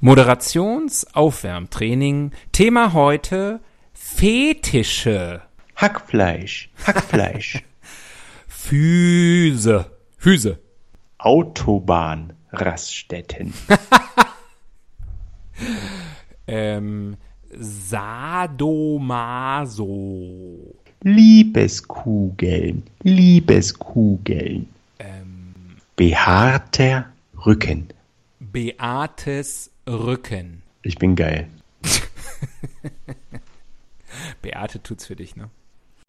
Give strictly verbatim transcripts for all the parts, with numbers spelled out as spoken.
Moderationsaufwärmtraining. Thema heute Fetische. Hackfleisch, Hackfleisch. Füße. Füße. Autobahnraststätten. ähm, Sadomaso. Liebeskugeln, Liebeskugeln. Ähm, Behaarter Rücken. Beates Rücken. Ich bin geil. Beate tut's für dich, ne?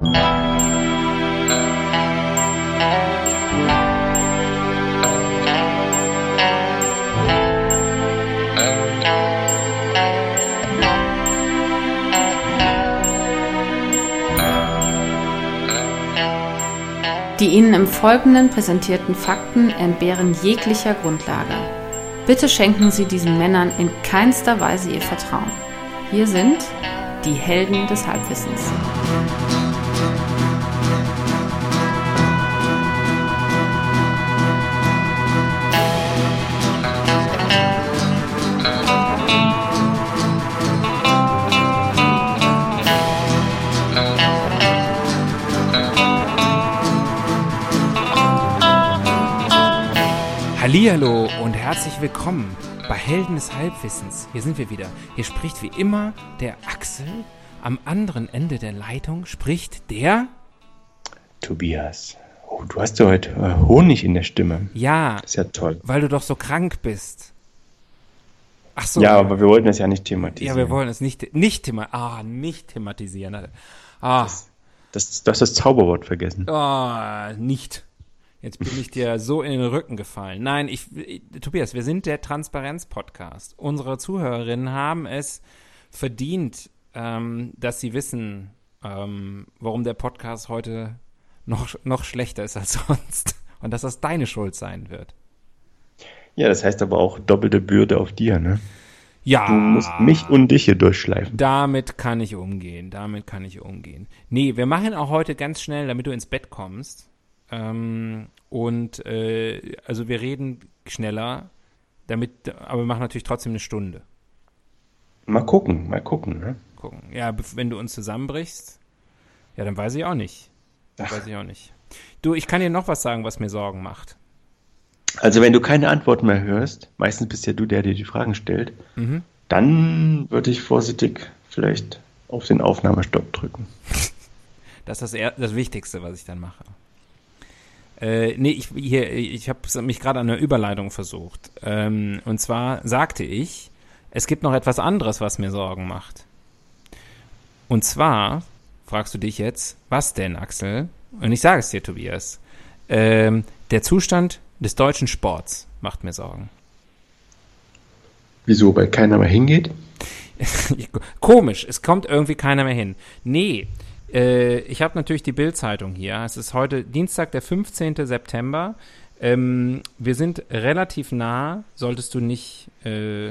Die Ihnen im Folgenden präsentierten Fakten entbehren jeglicher Grundlage. Bitte schenken Sie diesen Männern in keinster Weise Ihr Vertrauen. Hier sind die Helden des Halbwissens. Hallihallo und herzlich willkommen bei Helden des Halbwissens. Hier sind wir wieder. Hier spricht wie immer der Axel. Am anderen Ende der Leitung spricht der Tobias. Oh, du hast ja heute äh, Honig in der Stimme. Ja. Das ist ja toll. Weil du doch so krank bist. Ach so. Ja, aber wir wollten das ja nicht thematisieren. Ja, wir wollen es nicht, nicht, thema- ah, nicht thematisieren. Ah. Das, das, du hast das Zauberwort vergessen. Oh, nicht. Jetzt bin ich dir so in den Rücken gefallen. Nein, ich, ich Tobias, wir sind der Transparenz-Podcast. Unsere Zuhörerinnen haben es verdient, ähm, dass sie wissen, ähm, warum der Podcast heute noch, noch schlechter ist als sonst. Und dass das deine Schuld sein wird. Ja, das heißt aber auch doppelte Bürde auf dir, ne? Ja. Du musst mich und dich hier durchschleifen. Damit kann ich umgehen. Damit kann ich umgehen. Nee, wir machen auch heute ganz schnell, damit du ins Bett kommst. Ähm, und äh, also wir reden schneller, damit, aber wir machen natürlich trotzdem eine Stunde. Mal gucken, mal gucken, ne? Gucken. Ja, wenn du uns zusammenbrichst, ja, dann weiß ich auch nicht. Dann weiß ich auch nicht. Du, ich kann dir noch was sagen, was mir Sorgen macht. Also wenn du keine Antwort mehr hörst, meistens bist ja du der, der die Fragen stellt, Mhm. dann würde ich vorsichtig vielleicht auf den Aufnahmestopp drücken. Das ist das, er- das Wichtigste, was ich dann mache. Äh, nee, ich, hier, ich habe mich gerade an einer Überleitung versucht. Ähm, und zwar sagte ich, es gibt noch etwas anderes, was mir Sorgen macht. Und zwar, fragst du dich jetzt, was denn, Axel? Und ich sage es dir, Tobias. Ähm, der Zustand des deutschen Sports macht mir Sorgen. Wieso, weil keiner mehr hingeht? Komisch, es kommt irgendwie keiner mehr hin. Nee, äh, ich habe natürlich die Bild-Zeitung hier. Es ist heute Dienstag, der fünfzehnten September. Ähm, wir sind relativ nah, solltest du nicht äh,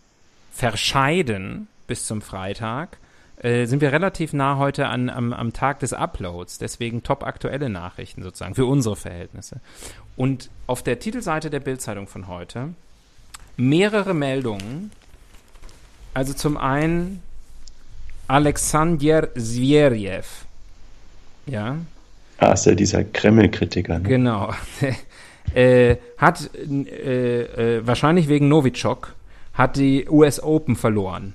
verscheiden bis zum Freitag, äh, sind wir relativ nah heute an, am, am Tag des Uploads. Deswegen top aktuelle Nachrichten sozusagen für unsere Verhältnisse. Und auf der Titelseite der Bild-Zeitung von heute mehrere Meldungen. Also zum einen Alexander Zverev. Ja, Ah, ist ja dieser Kreml-Kritiker, ne? genau. äh, hat äh, äh, wahrscheinlich wegen Novichok hat die U S Open verloren.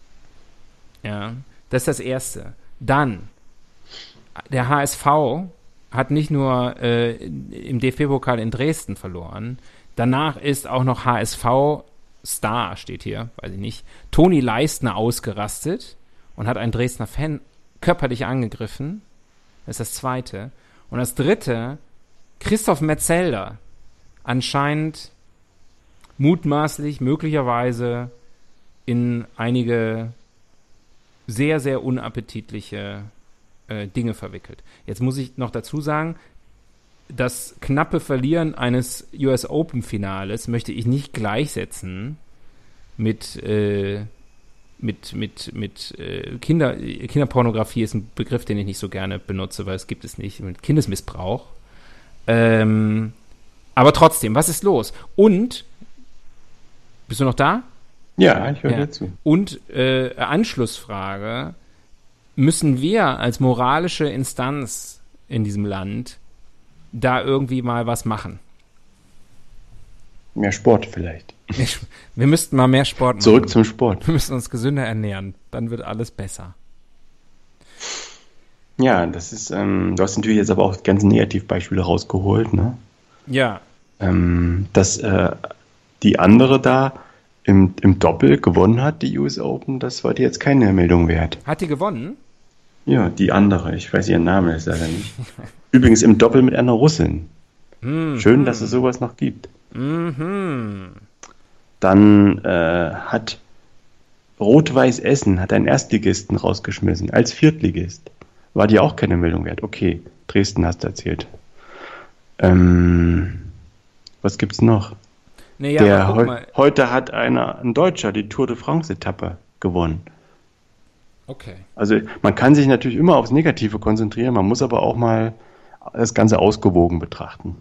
Ja, das ist das Erste. Dann, der H S V hat nicht nur äh, im D F B-Pokal in Dresden verloren, danach ist auch noch H S V-Star, steht hier, weiß ich nicht, Toni Leistner ausgerastet und hat einen Dresdner Fan körperlich angegriffen. Das ist das Zweite. Und das Dritte, Christoph Metzelder, anscheinend mutmaßlich, möglicherweise in einige sehr, sehr unappetitliche äh, Dinge verwickelt. Jetzt muss ich noch dazu sagen, das knappe Verlieren eines U S Open-Finales möchte ich nicht gleichsetzen mit äh, mit, mit, mit äh, Kinder, Kinderpornografie ist ein Begriff, den ich nicht so gerne benutze, weil es gibt es nicht, mit Kindesmissbrauch. Ähm, aber trotzdem, was ist los? Und, bist du noch da? Ja, ich höre Ja. dir zu. Und äh, Anschlussfrage, müssen wir als moralische Instanz in diesem Land da irgendwie mal was machen? Mehr Sport vielleicht. Wir müssten mal mehr Sport machen. Zurück zum Sport. Wir müssen uns gesünder ernähren. Dann wird alles besser. Ja, das ist, ähm, du hast natürlich jetzt aber auch ganz Negativbeispiele rausgeholt, ne? Ja. Ähm, dass äh, die andere da im, im Doppel gewonnen hat, die U S Open, das war dir jetzt keine Meldung wert. Hat die gewonnen? Ja, die andere, ich weiß ihren Namen jetzt leider nicht. Übrigens im Doppel mit einer Russin. Mhm. Schön, dass es sowas noch gibt. Mhm. Dann äh, hat Rot-Weiß Essen hat einen Erstligisten rausgeschmissen, als Viertligist. War dir auch keine Meldung wert. Okay, Dresden hast du erzählt. Ähm, was gibt's noch? Nee, ja, Der aber guck heu- mal. heute hat einer, ein Deutscher, die Tour de France-Etappe gewonnen. Okay. Also man kann sich natürlich immer aufs Negative konzentrieren, man muss aber auch mal das Ganze ausgewogen betrachten.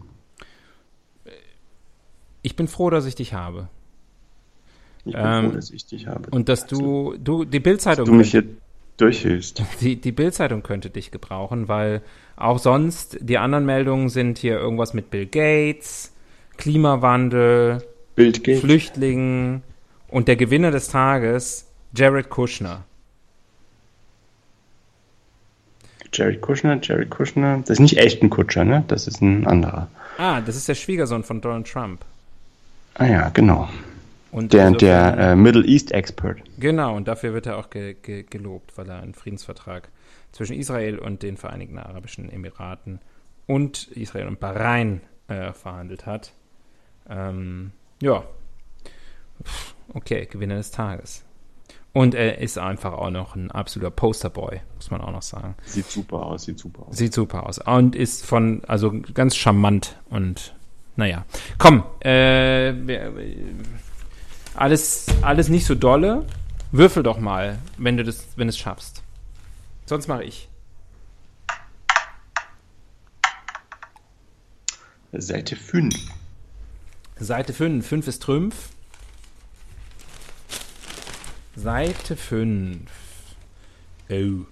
Ich bin froh, dass ich dich habe. Ich bin Ähm, froh, dass ich dich habe. Und dass du, du, die dass Bildzeitung, du mich hier durchhilfst. die, die Bildzeitung könnte dich gebrauchen, weil auch sonst die anderen Meldungen sind hier irgendwas mit Bill Gates, Klimawandel, Bild geht. Flüchtlingen und der Gewinner des Tages, Jared Kushner. Jared Kushner, Jared Kushner. Das ist nicht echt ein Kutscher, ne? Das ist ein anderer. Ah, das ist der Schwiegersohn von Donald Trump. Ah ja, genau. Und Der, insofern- der äh, Middle East Expert. Genau, und dafür wird er auch ge ge gelobt, weil er einen Friedensvertrag zwischen Israel und den Vereinigten Arabischen Emiraten und Israel und Bahrain äh, verhandelt hat. Ähm, ja. Pff, Okay, Gewinner des Tages. Und er ist einfach auch noch ein absoluter Posterboy, muss man auch noch sagen. Sieht super aus, sieht super aus. Sieht super aus. Und ist von, also ganz charmant und naja. Komm, äh, wir, alles, alles nicht so dolle. Würfel doch mal, wenn du das, wenn du es schaffst. Sonst mache ich. Seite fünf. Seite fünf. fünf ist Trümpf. Seite fünf. Oh.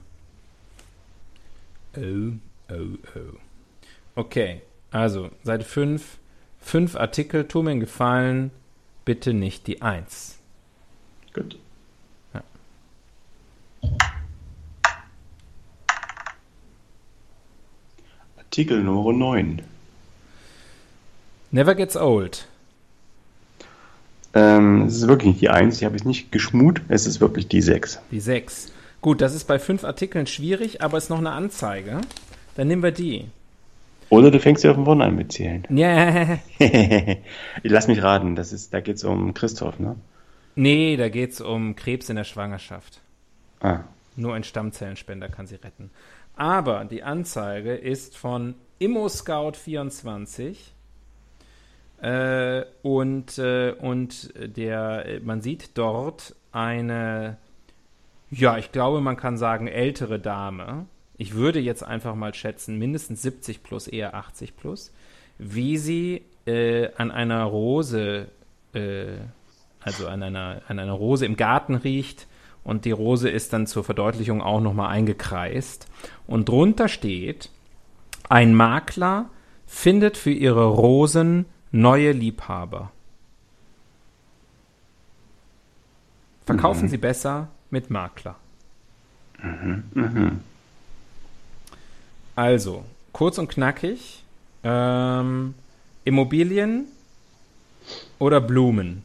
Oh, oh, oh. Okay, also Seite fünf. Fünf Artikel, tu mir einen Gefallen, bitte nicht die eins. Gut. Ja. Artikel Nummer neun. Never gets old. Ähm, es ist wirklich nicht die eins, ich habe es nicht geschmut, es ist wirklich die sechs. Die sechs. Gut, das ist bei fünf Artikeln schwierig, aber ist noch eine Anzeige. Dann nehmen wir die. Oder du fängst ja von vorne an mit Zählen. Ja. Lass mich raten, das ist, da geht es um Christoph, ne? Nee, da geht es um Krebs in der Schwangerschaft. Ah, Nur ein Stammzellenspender kann sie retten. Aber die Anzeige ist von ImmoScout vierundzwanzig. Äh, und, äh, und der, man sieht dort eine, ja, ich glaube, man kann sagen, ältere Dame. Ich würde jetzt einfach mal schätzen, mindestens siebzig plus, eher achtzig plus, wie sie äh, an einer Rose, äh, also an einer, an einer Rose im Garten riecht. Und die Rose ist dann zur Verdeutlichung auch nochmal eingekreist. Und drunter steht, ein Makler findet für ihre Rosen neue Liebhaber. Verkaufen Mhm. Sie besser mit Makler. mhm, mhm. Also, kurz und knackig, ähm, Immobilien oder Blumen?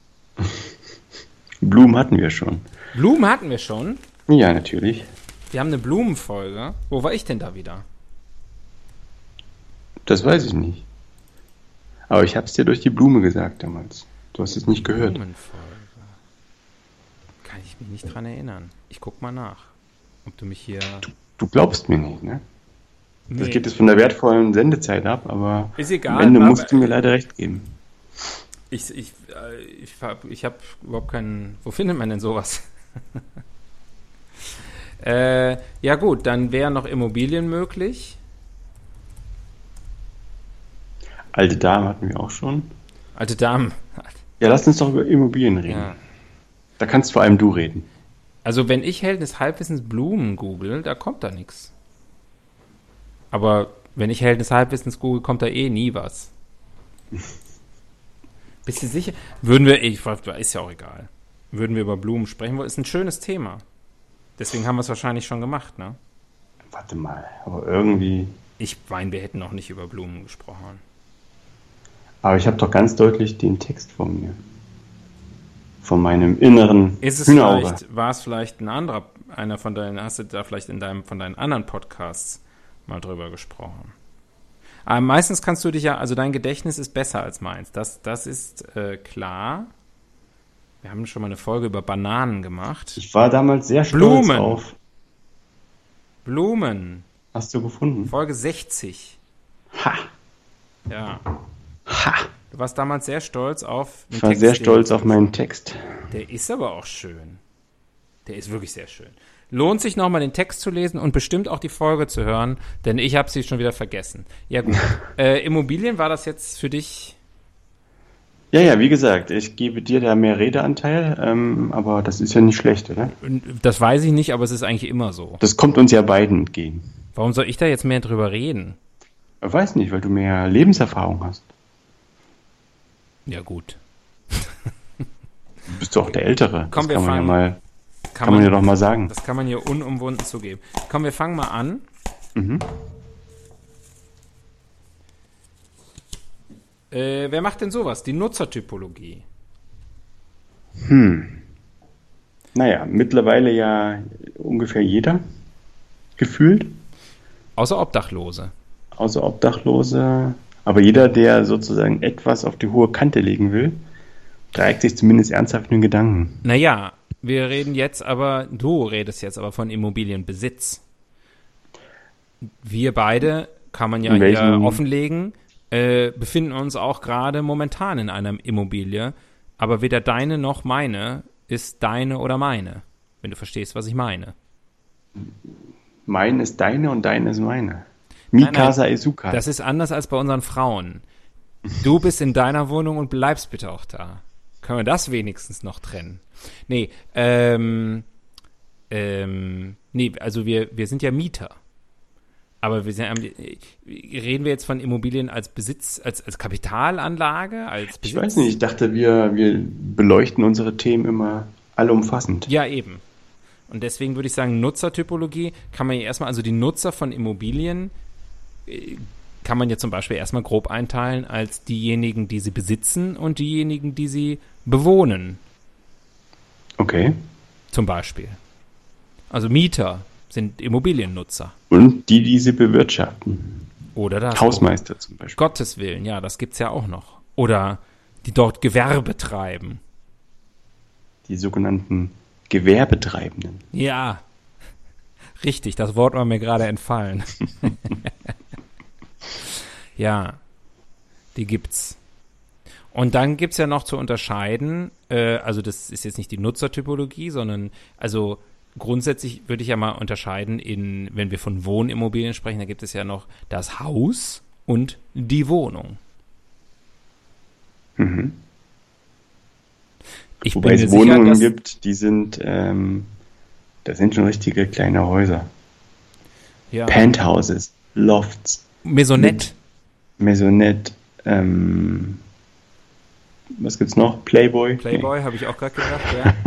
Blumen hatten wir schon. Blumen hatten wir schon. Ja, natürlich. Wir haben eine Blumenfolge. Wo war ich denn da wieder? Das weiß ich nicht. Aber ich habe es dir durch die Blume gesagt damals. Du hast es nicht gehört. Blumenfolge. Kann ich mich nicht dran erinnern. Ich guck mal nach, ob du mich hier... Du glaubst mir nicht, ne? Das Nee. geht jetzt von der wertvollen Sendezeit ab, aber Ist egal, am Ende aber- musst du mir leider recht geben. Ich, ich, äh, ich habe ich hab überhaupt keinen... Wo findet man denn sowas? äh, ja gut, dann wären noch Immobilien möglich. Alte Dame hatten wir auch schon. Alte Damen. Ja, lass uns doch über Immobilien reden. Ja. Da kannst vor allem du reden. Also wenn ich Helden des Halbwissens Blumen google, da kommt da nichts. Aber wenn ich Helden des Halbwissens google, kommt da eh nie was. Bist du sicher? Würden wir, ich, ist ja auch egal. Würden wir über Blumen sprechen wollen, ist ein schönes Thema. Deswegen haben wir es wahrscheinlich schon gemacht, ne? Warte mal, aber irgendwie... Ich meine, wir hätten noch nicht über Blumen gesprochen. Aber ich habe doch ganz deutlich den Text von mir. Von meinem inneren Ist es Hühnerauge. vielleicht, war es vielleicht ein anderer, einer von deinen, hast du da vielleicht in deinem, von deinen anderen Podcasts mal drüber gesprochen? Aber meistens kannst du dich ja, also dein Gedächtnis ist besser als meins. Das, das ist äh, klar. Wir haben schon mal eine Folge über Bananen gemacht. Ich war damals sehr stolz Blumen. auf... Blumen. Hast du gefunden? Folge sechzig. Ha! Ja. Ha! Du warst damals sehr stolz auf den Ich war Text, sehr den- stolz auf meinen Text. Der ist aber auch schön. Der ist wirklich sehr schön. Lohnt sich nochmal den Text zu lesen und bestimmt auch die Folge zu hören, denn ich habe sie schon wieder vergessen. Ja gut. äh, Immobilien, war das jetzt für dich? Ja, ja, wie gesagt, ich gebe dir da mehr Redeanteil, ähm, aber das ist ja nicht schlecht, oder? Das weiß ich nicht, aber es ist eigentlich immer so. Das kommt uns ja beiden entgegen. Warum soll ich da jetzt mehr drüber reden? Ich weiß nicht, weil du mehr Lebenserfahrung hast. Ja gut. Du bist doch der Ältere. Komm, das wir kann man ja fangen- mal, kann man ja doch mal sagen. Das kann man hier unumwunden zugeben. Komm, wir fangen mal an. Mhm. Äh, wer macht denn sowas? Die Nutzertypologie. Hm. Naja, mittlerweile ja ungefähr jeder gefühlt, Außer Obdachlose. außer Obdachlose. Aber jeder, der sozusagen etwas auf die hohe Kante legen will, trägt sich zumindest ernsthaft in den Gedanken. Naja, wir reden jetzt aber, du redest jetzt aber von Immobilienbesitz. Wir beide, kann man ja In hier welchem- offenlegen, äh, befinden uns auch gerade momentan in einer Immobilie, aber weder deine noch meine ist deine oder meine, wenn du verstehst, was ich meine. Mein ist deine und deine ist meine. Mikasa nein. Izuka. Das ist anders als bei unseren Frauen. Du bist in deiner Wohnung und bleibst bitte auch da. Können wir das wenigstens noch trennen? Nee, ähm, ähm, nee, also wir, wir sind ja Mieter. Aber wir sind, reden wir jetzt von Immobilien als Besitz, als, als Kapitalanlage, als Besitz? Ich weiß nicht, ich dachte, wir, wir beleuchten unsere Themen immer allumfassend. Ja, eben. Und deswegen würde ich sagen, Nutzertypologie kann man ja erstmal, also die Nutzer von Immobilien äh, kann man ja zum Beispiel erstmal grob einteilen als diejenigen, die sie besitzen und diejenigen, die sie bewohnen, Okay. zum Beispiel. Also Mieter sind Immobiliennutzer. Und die, die sie bewirtschaften. Oder das. Hausmeister zum Beispiel. Gottes Willen, ja, das gibt's ja auch noch. Oder die dort Gewerbe treiben. Die sogenannten Gewerbetreibenden. Ja, richtig, das Wort war mir gerade entfallen. Ja, die gibt's. Und dann gibt's ja noch zu unterscheiden, äh, also das ist jetzt nicht die Nutzertypologie, sondern also grundsätzlich würde ich ja mal unterscheiden in, wenn wir von Wohnimmobilien sprechen, da gibt es ja noch das Haus und die Wohnung. Mhm. Ich Wobei bin mir es sicher, Wohnungen dass, gibt, die sind, ähm, das sind schon richtige kleine Häuser. ja, Penthouses, Lofts, Maisonette. Maisonette, ähm, was gibt's noch? Playboy? Playboy, habe ich auch gerade gedacht, ja.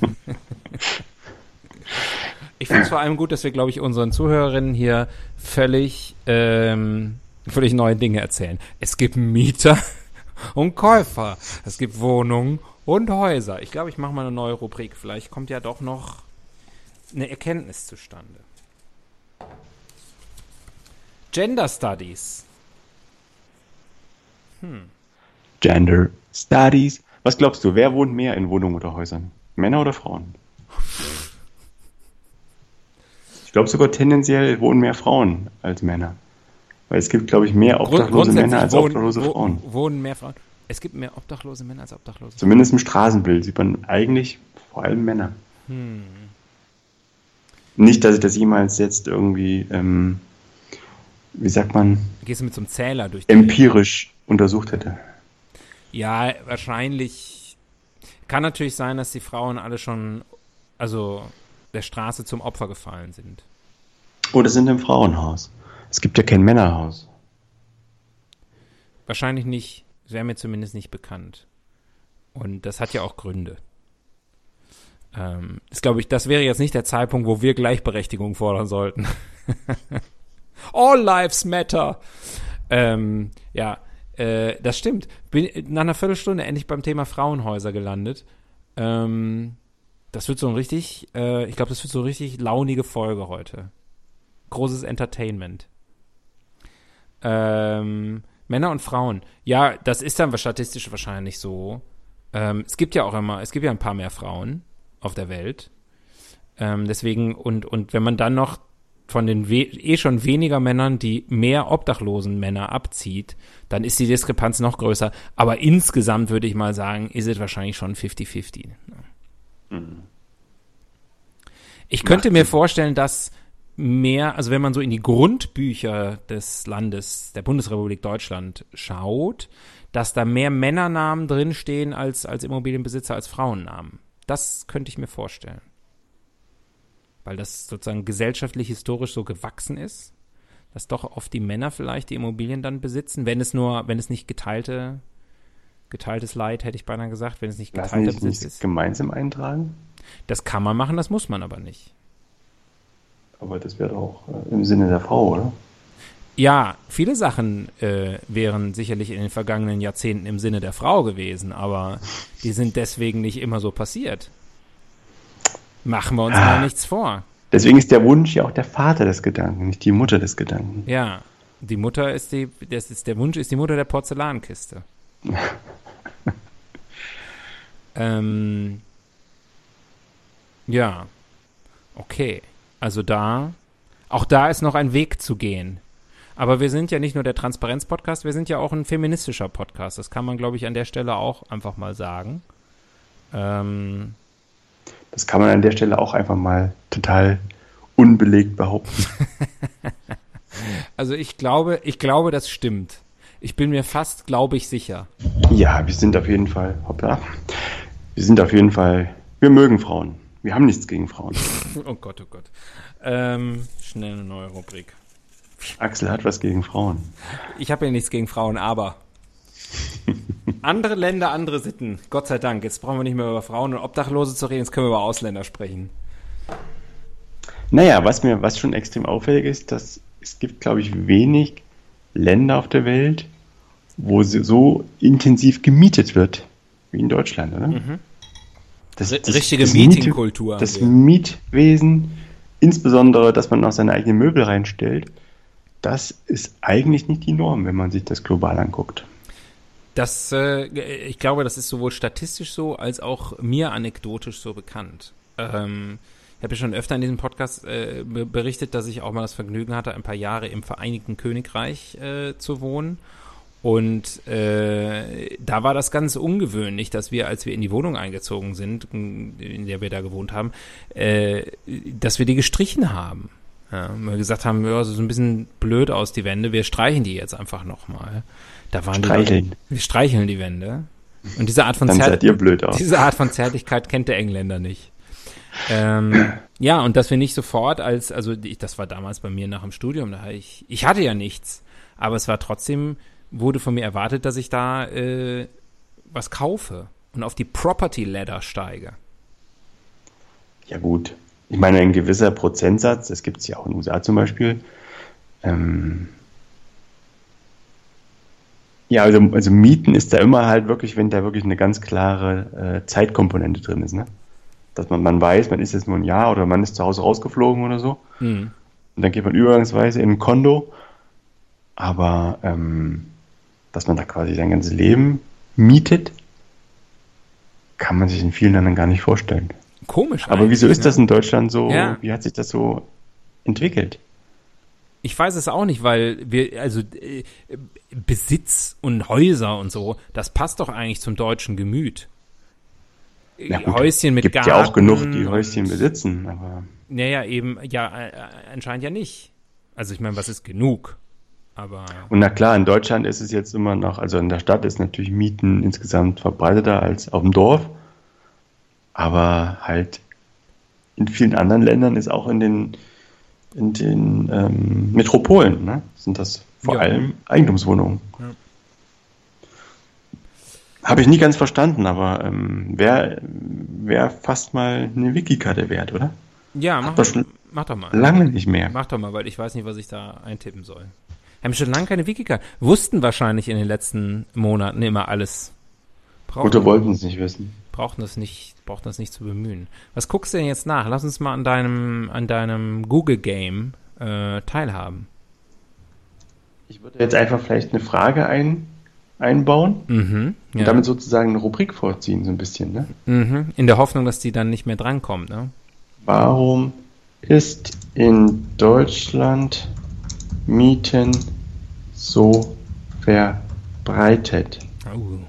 Ich finde es vor allem gut, dass wir, glaube ich, unseren Zuhörerinnen hier völlig, ähm, völlig neue Dinge erzählen. Es gibt Mieter und Käufer. Es gibt Wohnungen und Häuser. Ich glaube, ich mache mal eine neue Rubrik. Vielleicht kommt ja doch noch eine Erkenntnis zustande. Gender Studies. Gender Studies. Was glaubst du, wer wohnt mehr in Wohnungen oder Häusern? Männer oder Frauen? Ich glaube sogar tendenziell wohnen mehr Frauen als Männer. Weil es gibt, glaube ich, mehr obdachlose Männer als wohnen, obdachlose wo- Frauen. wohnen mehr Frauen. Es gibt mehr obdachlose Männer als obdachlose Frauen. Zumindest im Straßenbild sieht man eigentlich vor allem Männer. Hm. Nicht, dass ich das jemals jetzt irgendwie, ähm, wie sagt man, Gehst du mit so einem Zähler durch die empirisch untersucht hätte. Ja, wahrscheinlich. Kann natürlich sein, dass die Frauen alle schon, also der Straße zum Opfer gefallen sind. Oder sind im Frauenhaus. Es gibt ja kein Männerhaus. Wahrscheinlich nicht, wäre mir zumindest nicht bekannt. Und das hat ja auch Gründe. Ähm, das glaube ich, das wäre jetzt nicht der Zeitpunkt, wo wir Gleichberechtigung fordern sollten. All lives matter. Ähm, ja, äh, das stimmt. Bin nach einer Viertelstunde endlich beim Thema Frauenhäuser gelandet. Ähm, das wird so ein richtig, äh, ich glaube, das wird so eine richtig launige Folge heute. Großes Entertainment. Ähm, Männer und Frauen. Ja, das ist dann statistisch wahrscheinlich so. Ähm, es gibt ja auch immer, es gibt ja ein paar mehr Frauen auf der Welt. Ähm, deswegen, und, und wenn man dann noch von den we- eh schon weniger Männern die mehr obdachlosen Männer abzieht, dann ist die Diskrepanz noch größer. Aber insgesamt würde ich mal sagen, ist es wahrscheinlich schon fifty fifty. Mhm. Ich könnte mir vorstellen, dass mehr, also wenn man so in die Grundbücher des Landes, der Bundesrepublik Deutschland schaut, dass da mehr Männernamen drinstehen als, als Immobilienbesitzer, als Frauennamen. Das könnte ich mir vorstellen. Weil das sozusagen gesellschaftlich, historisch so gewachsen ist, dass doch oft die Männer vielleicht die Immobilien dann besitzen, wenn es nur, wenn es nicht geteilte, geteiltes Leid, hätte ich beinahe gesagt, wenn es nicht geteilter Besitz ist. Nicht gemeinsam eintragen? Das kann man machen, das muss man aber nicht. Aber das wäre doch äh, im Sinne der Frau, oder? Ja, viele Sachen äh, wären sicherlich in den vergangenen Jahrzehnten im Sinne der Frau gewesen, aber die sind deswegen nicht immer so passiert. Machen wir uns ah, mal nichts vor. Deswegen ist der Wunsch ja auch der Vater des Gedanken, nicht die Mutter des Gedanken. Ja, die Mutter ist die, das ist der Wunsch ist die Mutter der Porzellankiste. ähm, ja, okay. Also da, auch da ist noch ein Weg zu gehen. Aber wir sind ja nicht nur der Transparenz-Podcast, wir sind ja auch ein feministischer Podcast. Das kann man, glaube ich, an der Stelle auch einfach mal sagen. Ähm, das kann man an der Stelle auch einfach mal total unbelegt behaupten. Also ich glaube, ich glaube, das stimmt. Ich bin mir fast, glaube ich, sicher. Ja, wir sind auf jeden Fall, hoppla, wir sind auf jeden Fall, wir mögen Frauen. Wir haben nichts gegen Frauen. Oh Gott, oh Gott. Ähm, schnell eine neue Rubrik. Axel hat was gegen Frauen. Ich habe ja nichts gegen Frauen, aber andere Länder, andere Sitten. Gott sei Dank. Jetzt brauchen wir nicht mehr über Frauen und Obdachlose zu reden, jetzt können wir über Ausländer sprechen. Naja, was mir, was schon extrem auffällig ist, dass es gibt, glaube ich, wenig Länder auf der Welt, wo so intensiv gemietet wird wie in Deutschland, oder? Mhm. Das, das, richtige das Meetingkultur. Miet, das Mietwesen, insbesondere, dass man auch seine eigenen Möbel reinstellt, das ist eigentlich nicht die Norm, wenn man sich das global anguckt. Das, äh, ich glaube, das ist sowohl statistisch so, als auch mir anekdotisch so bekannt. Ähm, ich habe ja schon öfter in diesem Podcast äh, berichtet, dass ich auch mal das Vergnügen hatte, ein paar Jahre im Vereinigten Königreich äh, zu wohnen. Und äh, da war das ganz ungewöhnlich, dass wir, als wir in die Wohnung eingezogen sind, in der wir da gewohnt haben, äh, dass wir die gestrichen haben. Ja, wir gesagt haben, ja, so ein bisschen blöd aus, die Wände, wir streichen die jetzt einfach nochmal. Da waren Streicheln. Die, wir streicheln die Wände. Und diese Art von Dann seid ihr blöd aus. Diese Art von Zärtlichkeit kennt der Engländer nicht. Ähm, ja, und dass wir nicht sofort als, also ich, das war damals bei mir nach dem Studium, da ich, ich hatte ja nichts, aber es war trotzdem, wurde von mir erwartet, dass ich da äh, was kaufe und auf die Property Ladder steige. Ja gut, ich meine, ein gewisser Prozentsatz, das gibt es ja auch in den U S A zum Beispiel, ähm, ja, also, also Mieten ist da immer halt wirklich, wenn da wirklich eine ganz klare äh, Zeitkomponente drin ist, ne? Dass man, man weiß, man ist jetzt nur ein Jahr oder man ist zu Hause rausgeflogen oder so. Mhm. Und dann geht man übergangsweise in ein Kondo. Aber ähm, dass man da quasi sein ganzes Leben mietet, kann man sich in vielen anderen gar nicht vorstellen. Komisch. Aber wieso ist das in Deutschland so? Ja. Wie hat sich das so entwickelt? Ich weiß es auch nicht, weil wir, also äh, Besitz und Häuser und so, das passt doch eigentlich zum deutschen Gemüt. Ja gut, Häuschen mit gibt Garten. Gibt ja auch genug, die Häuschen besitzen, aber. Naja, eben, ja, äh, anscheinend ja nicht. Also ich meine, was ist genug? Aber. Und na klar, in Deutschland ist es jetzt immer noch, also in der Stadt ist natürlich Mieten insgesamt verbreiteter als auf dem Dorf. Aber halt in vielen anderen Ländern ist auch in den, in den ähm, Metropolen, ne, sind das vor Ja. allem Eigentumswohnungen. Ja. Habe ich nie ganz verstanden, aber ähm, wäre wär fast mal eine Wikikarte wert, oder? Ja, Hat mach, man schon mach doch mal. lange nicht mehr. Mach doch mal, weil ich weiß nicht, was ich da eintippen soll. Haben schon lange keine Wikikarte. Wussten wahrscheinlich in den letzten Monaten immer alles. Brauchen, Oder wollten es nicht wissen. brauchten das nicht, brauchten das nicht zu bemühen. Was guckst du denn jetzt nach? Lass uns mal an deinem, an deinem Google-Game äh, teilhaben. Ich würde jetzt einfach vielleicht eine Frage ein, einbauen Mhm. Ja. und damit sozusagen eine Rubrik vorziehen, so ein bisschen. Ne? Mhm. In der Hoffnung, dass die dann nicht mehr drankommt, ne? Warum ist in Deutschland Mieten so verbreitet? Uh.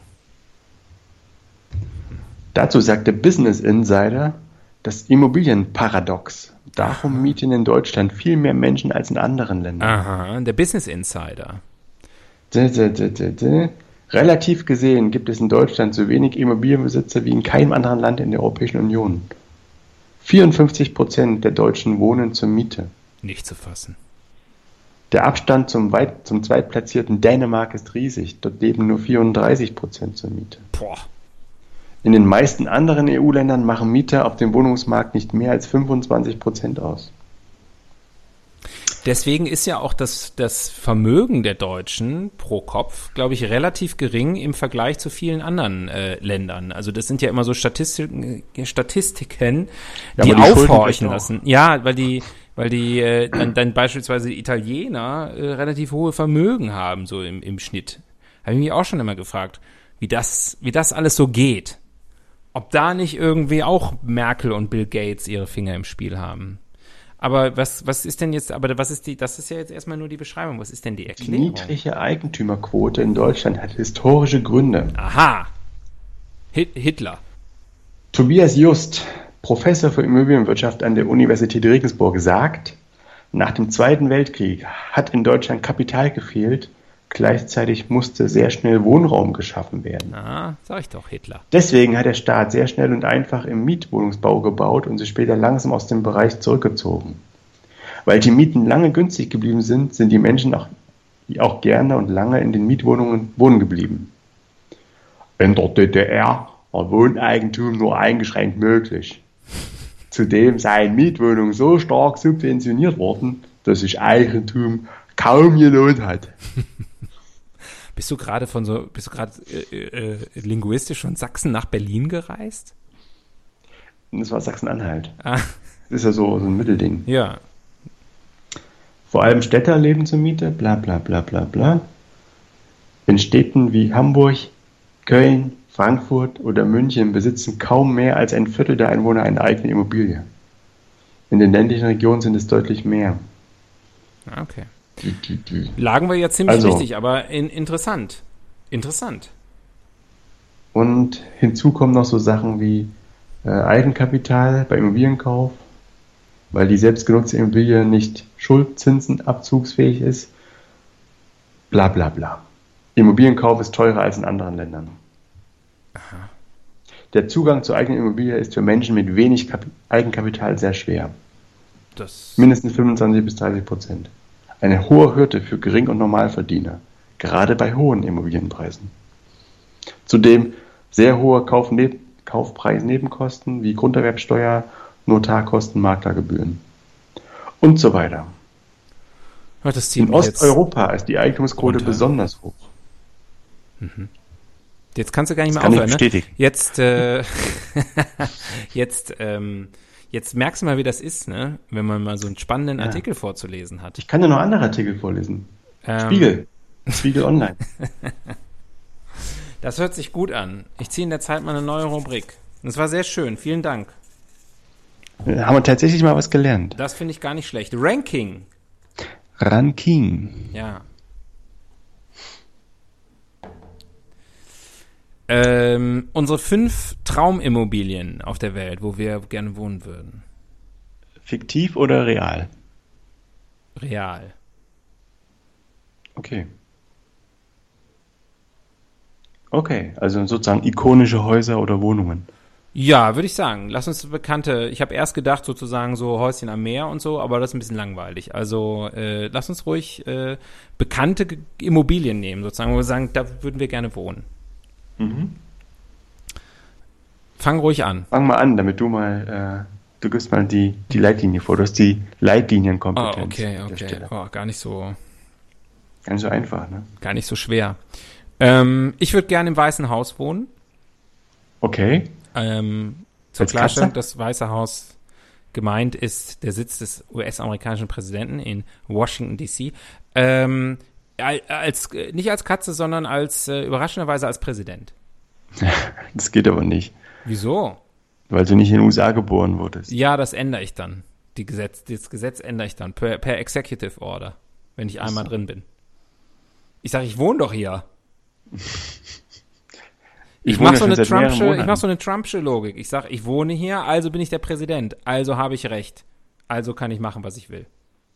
Dazu sagte Business Insider, das Immobilienparadox. Darum mieten in Deutschland viel mehr Menschen als in anderen Ländern. Aha, der Business Insider. D -d -d -d -d. Relativ gesehen gibt es in Deutschland so wenig Immobilienbesitzer wie in keinem anderen Land in der Europäischen Union. vierundfünfzig Prozent der Deutschen wohnen zur Miete. Nicht zu fassen. Der Abstand zum, weit, zum zweitplatzierten Dänemark ist riesig. Dort leben nur vierunddreißig Prozent zur Miete. Boah. In den meisten anderen E U-Ländern machen Mieter auf dem Wohnungsmarkt nicht mehr als fünfundzwanzig Prozent aus. Deswegen ist ja auch das, das Vermögen der Deutschen pro Kopf, glaube ich, relativ gering im Vergleich zu vielen anderen äh, Ländern. Also das sind ja immer so Statistiken, Statistiken Ja, die aber die Schulden aufhorchen vielleicht auch. lassen. Ja, weil die, weil die äh, dann, dann beispielsweise die Italiener äh, relativ hohe Vermögen haben, so im, im Schnitt. Habe ich mich auch schon immer gefragt, wie das, wie das alles so geht. Ob da nicht irgendwie auch Merkel und Bill Gates ihre Finger im Spiel haben. Aber was, was ist denn jetzt, aber was ist die, das ist ja jetzt erstmal nur die Beschreibung, was ist denn die Die Erklärung? niedrige Eigentümerquote in Deutschland hat historische Gründe. Aha. Hit, Hitler. Tobias Just, Professor für Immobilienwirtschaft an der Universität Regensburg, sagt, nach dem Zweiten Weltkrieg hat in Deutschland Kapital gefehlt, gleichzeitig musste sehr schnell Wohnraum geschaffen werden. Ah, sag ich doch, Hitler. Deswegen hat der Staat sehr schnell und einfach im Mietwohnungsbau gebaut und sich später langsam aus dem Bereich zurückgezogen. Weil die Mieten lange günstig geblieben sind, sind die Menschen auch, auch gerne und lange in den Mietwohnungen wohnen geblieben. In der D D R war Wohneigentum nur eingeschränkt möglich. Zudem seien Mietwohnungen so stark subventioniert worden, dass sich Eigentum kaum gelohnt hat. Bist du gerade von so, bist du gerade äh, äh, linguistisch von Sachsen nach Berlin gereist? Und das war Sachsen-Anhalt. Ah, Das ist ja so, so ein Mittelding. ja. Vor allem Städter leben zur Miete, bla bla bla bla bla. In Städten wie Hamburg, Köln, Frankfurt oder München besitzen kaum mehr als ein Viertel der Einwohner eine eigene Immobilie. In den ländlichen Regionen sind es deutlich mehr. Ah, okay. Die, die, die. Lagen wir ja ziemlich Also. richtig, aber in, interessant. Interessant. Und hinzu kommen noch so Sachen wie äh, Eigenkapital bei Immobilienkauf, weil die selbstgenutzte Immobilie nicht schuldzinsenabzugsfähig ist. Bla bla bla. Immobilienkauf ist teurer als in anderen Ländern. Aha. Der Zugang zur eigenen Immobilie ist für Menschen mit wenig Kap- Eigenkapital sehr schwer. Das, Mindestens fünfundzwanzig bis dreißig Prozent. Eine hohe Hürde für Gering- und Normalverdiener, gerade bei hohen Immobilienpreisen. Zudem sehr hohe Kaufne- Kaufpreisnebenkosten wie Grunderwerbsteuer, Notarkosten, Maklergebühren und so weiter. ja, das zieht In mich jetzt, Osteuropa ist die Eigentumsquote runter. besonders hoch. jetzt kannst du gar nicht mehr Das kann ich aufhören, ne? bestätigen. Jetzt, äh, jetzt, ähm, jetzt merkst du mal, wie das ist, ne? Wenn man mal so einen spannenden Ja. Artikel vorzulesen hat. Ich kann dir noch andere Artikel vorlesen. Ähm, Spiegel. Spiegel Online. Das hört sich gut an. Ich ziehe in der Zeit mal eine neue Rubrik. Das war sehr schön. Vielen Dank. Da haben wir tatsächlich mal was gelernt. Das finde ich gar nicht schlecht. Ranking. Ranking. Ja. Ähm, unsere fünf Traumimmobilien auf der Welt, wo wir gerne wohnen würden. Fiktiv oder real? Real. Okay. Okay, also sozusagen ikonische Häuser oder Wohnungen. Ja, würde ich sagen. Lass uns bekannte, ich habe erst gedacht sozusagen so Häuschen am Meer und so, aber das ist ein bisschen langweilig. Also äh, lass uns ruhig äh, bekannte Ge- Immobilien nehmen, sozusagen, wo wir sagen, da würden wir gerne wohnen. Mhm. Fang ruhig an. Fang mal an, damit du mal, äh, du gibst mal die, die Leitlinie vor. Du hast die Leitlinienkompetenz. Oh, okay, an der okay. Stelle. Oh, gar nicht so, Gar nicht so einfach, ne? gar nicht so schwer. Ähm, ich würde gerne im Weißen Haus wohnen. Okay. Ähm, zur Als Klarstellung, Katze? das Weiße Haus gemeint ist der Sitz des U S-amerikanischen Präsidenten in Washington, D C. Ähm, als, nicht als Katze, sondern als äh, überraschenderweise als Präsident. Das geht aber nicht, Wieso? weil du nicht in den U S A geboren wurdest. Ja, das ändere ich dann. Die Gesetz, das Gesetz ändere ich dann per, per Executive Order, wenn ich einmal so. drin bin. Ich sage, ich wohne doch hier. Ich, ich wohne mache so, schon eine seit mehreren Trumpsche, Monaten. ich mach so eine Trumpsche Logik. Ich sage, ich wohne hier, also bin ich der Präsident. Also habe ich Recht. Also kann ich machen, was ich will.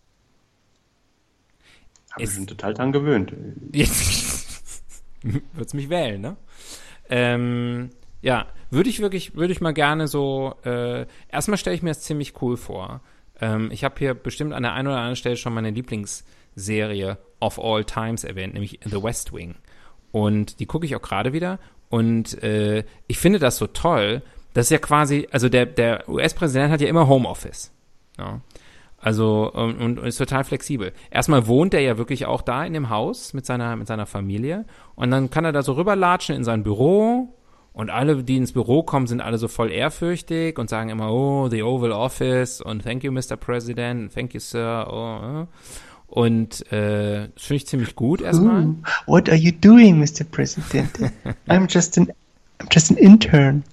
Habe ich schon total dran gewöhnt. Jetzt wird's mich wählen, ne? Ähm, ja, würde ich wirklich, würde ich mal gerne so, äh, erstmal stelle ich mir das ziemlich cool vor. Ähm, ich habe hier bestimmt an der einen oder anderen Stelle schon meine Lieblingsserie of all times erwähnt, nämlich The West Wing. Und die gucke ich auch gerade wieder. Und äh, ich finde das so toll, das ist ja quasi, also der, der U S-Präsident hat ja immer Homeoffice. Ja. Also, und, und ist total flexibel. Erstmal wohnt er ja wirklich auch da in dem Haus mit seiner, mit seiner Familie. Und dann kann er da so rüberlatschen in sein Büro. Und alle, die ins Büro kommen, sind alle so voll ehrfürchtig und sagen immer, oh, the Oval Office und thank you, Mister President, thank you, Sir. Oh, und äh, das finde ich ziemlich gut erstmal. Ooh, what are you doing, Mister President? I'm just an, I'm just an intern.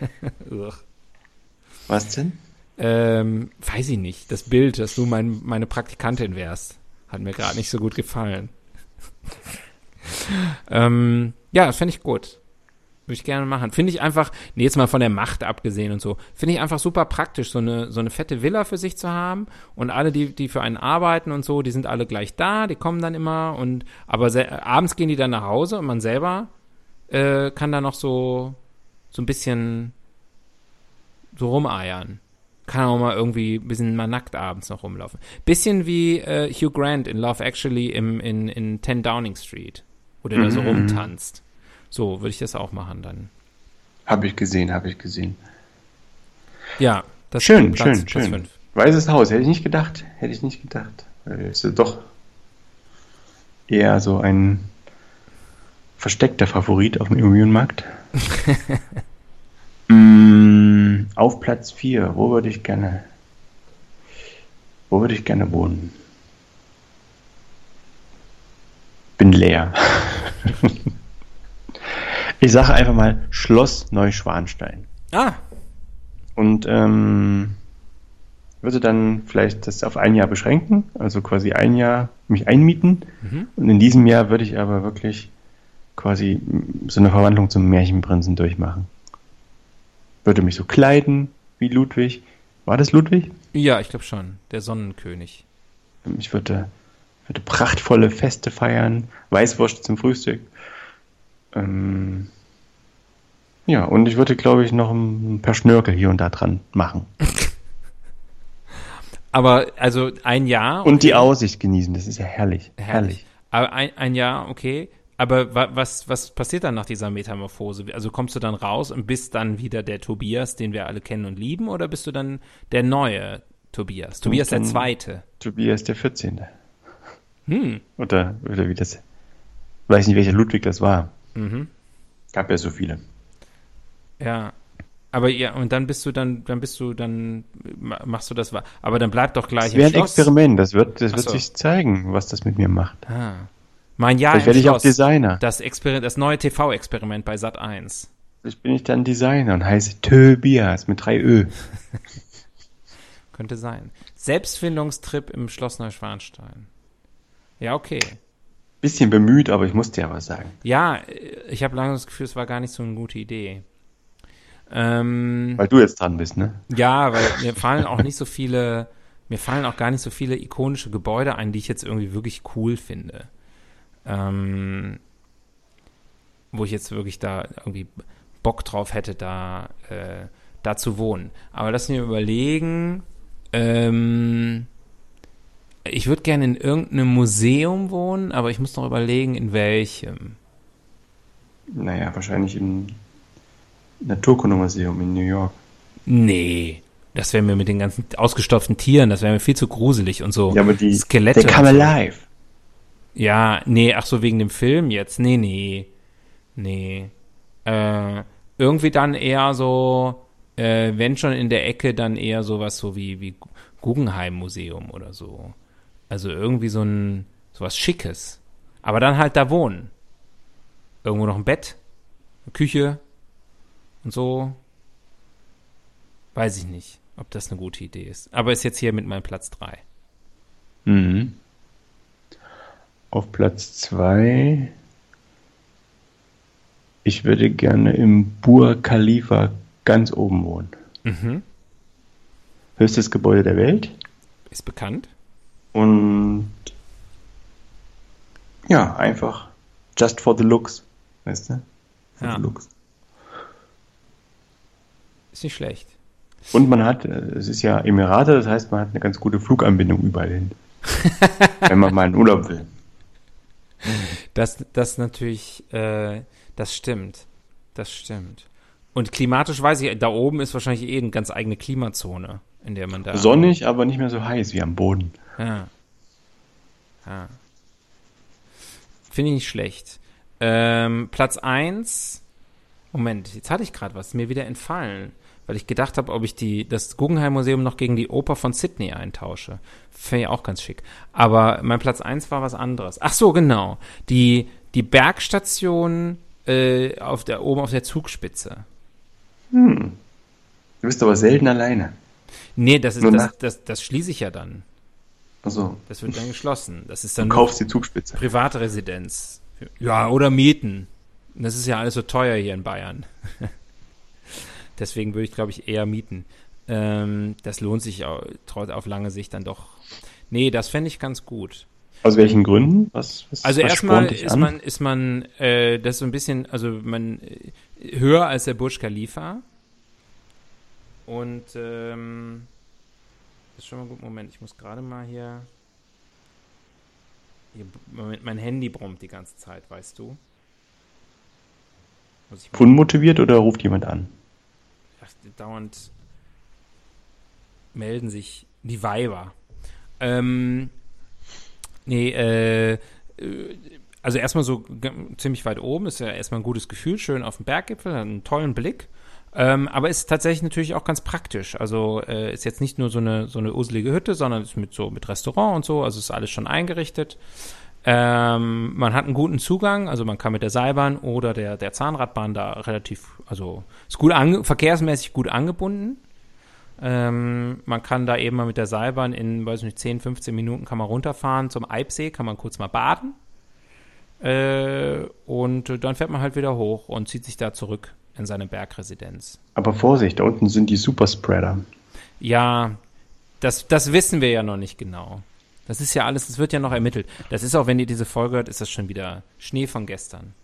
Was denn? Ähm, weiß ich nicht. Das Bild, dass du mein, meine Praktikantin wärst, hat mir gerade nicht so gut gefallen. ähm, ja, das fände ich gut. Würde ich gerne machen. Finde ich einfach, nee, jetzt mal von der Macht abgesehen und so, finde ich einfach super praktisch, so eine, so eine fette Villa für sich zu haben und alle, die, die für einen arbeiten und so, die sind alle gleich da, die kommen dann immer und, aber se- abends gehen die dann nach Hause und man selber äh, kann da noch so, so ein bisschen so rumeiern. Kann auch mal irgendwie ein bisschen mal nackt abends noch rumlaufen. Bisschen wie äh, Hugh Grant in Love Actually im, in, in ten Downing Street, wo der Mhm. da so rumtanzt. So würde ich das auch machen dann. Habe ich gesehen, habe ich gesehen. Ja, das Schön, ist Platz, schön, Platz schön. fünf. Weißes Haus, hätte ich nicht gedacht. Hätte ich nicht gedacht. Weil es ist doch eher so ein versteckter Favorit auf dem Immobilienmarkt. mm, auf Platz vier, wo würde ich gerne, wo würde ich gerne wohnen? Bin leer. Ich sage einfach mal Schloss Neuschwanstein. Ah, Und ähm, würde dann vielleicht das auf ein Jahr beschränken, also quasi ein Jahr mich einmieten. Mhm. Und in diesem Jahr würde ich aber wirklich quasi so eine Verwandlung zum Märchenprinzen durchmachen. Würde mich so kleiden wie Ludwig. War das Ludwig? ja, ich glaube schon. Der Sonnenkönig. Ich würde, würde prachtvolle Feste feiern, Weißwurst zum Frühstück. Ähm, ja, und ich würde, glaube ich, noch ein paar Schnörkel hier und da dran machen. Aber also ein Jahr. Und die okay. Aussicht genießen, das ist ja herrlich. Herrlich. Aber ein, ein Jahr, okay. Aber wa, was, was passiert dann nach dieser Metamorphose? Also kommst du dann raus und bist dann wieder der Tobias, den wir alle kennen und lieben, oder bist du dann der neue Tobias? Tobias der dann- Zweite. Tobias der vierzehnte. Hm. Oder, oder wie das. Weiß nicht, welcher Ludwig das war. Mhm. Gab ja so viele. Ja. Aber ja, und dann bist du dann, dann bist du, dann ma- machst du das, wa- aber dann bleib doch gleich Das wäre im ein Schloss. Experiment. Das wird, das Ach wird so. sich zeigen, was das mit mir macht. Ah. Mein Jahr Vielleicht im werde ich auch Schloss. Designer. Das, Exper das neue T V-Experiment bei Sat eins. Vielleicht bin ich dann Designer und heiße Tobias mit drei Ö. Könnte sein. Selbstfindungstrip im Schloss Neuschwanstein. Ja, okay. Bisschen bemüht, aber ich musste ja was sagen. Ja, ich habe lange das Gefühl, es war gar nicht so eine gute Idee. Ähm, Weil du jetzt dran bist, ne? ja, weil mir fallen auch nicht so viele, mir fallen auch gar nicht so viele ikonische Gebäude ein, die ich jetzt irgendwie wirklich cool finde. Ähm, wo ich jetzt wirklich da irgendwie Bock drauf hätte, da, äh, da zu wohnen. Aber lass mich überlegen, ähm, ich würde gerne in irgendeinem Museum wohnen, aber ich muss noch überlegen, in welchem. Naja, wahrscheinlich im Naturkundemuseum in New York. Nee, das wäre mir mit den ganzen ausgestopften Tieren, das wäre mir viel zu gruselig und so. Ja, aber die Skelette. They come alive. Ja, nee, ach so, wegen dem Film jetzt? Nee, nee. Nee. Äh, irgendwie dann eher so, äh, wenn schon in der Ecke, dann eher sowas so wie, wie Guggenheim-Museum oder so. Also irgendwie so ein, sowas Schickes. Aber dann halt da wohnen. Irgendwo noch ein Bett, eine Küche und so. Weiß ich nicht, ob das eine gute Idee ist. Aber ist jetzt hier mit meinem Platz drei. Mhm. Auf Platz zwei. Ich würde gerne im Burj Khalifa ganz oben wohnen. Mhm. Höchstes Gebäude der Welt. Ist bekannt. Und ja, einfach just for the looks. Weißt du? For Ja. the looks. Ist nicht schlecht. Und man hat, es ist ja Emirate, das heißt, man hat eine ganz gute Fluganbindung überall hin. Wenn man mal in Urlaub will. Das, das natürlich, äh, das stimmt. Das stimmt. Und klimatisch weiß ich, da oben ist wahrscheinlich eh eine ganz eigene Klimazone, in der man da... Sonnig, aber nicht mehr so heiß wie am Boden. Ja. Ja. Finde ich nicht schlecht. Ähm, Platz eins. Moment, jetzt hatte ich gerade was, mir wieder entfallen, weil ich gedacht habe, ob ich die, das Guggenheim-Museum noch gegen die Oper von Sydney eintausche. Fände ich auch ganz schick. Aber mein Platz eins war was anderes. Ach so, genau. Die, die Bergstation äh, auf der, oben auf der Zugspitze. Hm. Du bist aber selten alleine. Nee, das ist Nur das, nach- das, das schließe ich ja dann. Also, Das wird dann geschlossen. Das ist du dann nur kaufst die Zugspitze. Privatresidenz. Ja, oder mieten. Das ist ja alles so teuer hier in Bayern. Deswegen würde ich, glaube ich, eher mieten. Ähm, das lohnt sich au- trotz auf lange Sicht dann doch. Nee, das fände ich ganz gut. Aus welchen Gründen? Was, was, Also was erstmal spornt dich ist an? man, ist man, äh, das ist so ein bisschen, also man äh, höher als der Burj Khalifa. Und ähm, das ist schon mal gut. Moment, ich muss gerade mal hier, hier. Moment, mein Handy brummt die ganze Zeit, weißt du? Muss ich mal, Unmotiviert oder ruft jemand an? ach, dauernd melden sich die Weiber. Ähm, nee, äh, äh, also erstmal so g- ziemlich weit oben, ist ja erstmal ein gutes Gefühl, schön auf dem Berggipfel, hat einen tollen Blick. Ähm, aber ist tatsächlich natürlich auch ganz praktisch. Also äh, ist jetzt nicht nur so eine so eine uselige Hütte, sondern ist mit so mit Restaurant und so, also ist alles schon eingerichtet. Ähm, man hat einen guten Zugang, also man kann mit der Seilbahn oder der der Zahnradbahn da relativ, also ist gut ange- verkehrsmäßig gut angebunden. Ähm, man kann da eben mal mit der Seilbahn in, weiß nicht, zehn, fünfzehn Minuten kann man runterfahren zum Eibsee, kann man kurz mal baden. Äh, und äh, dann fährt man halt wieder hoch und zieht sich da zurück in seine Bergresidenz. Aber Vorsicht, da unten sind die Superspreader. Ja, das, das wissen wir ja noch nicht genau. Das ist ja alles, das wird ja noch ermittelt. Das ist auch, wenn ihr diese Folge hört, ist das schon wieder Schnee von gestern.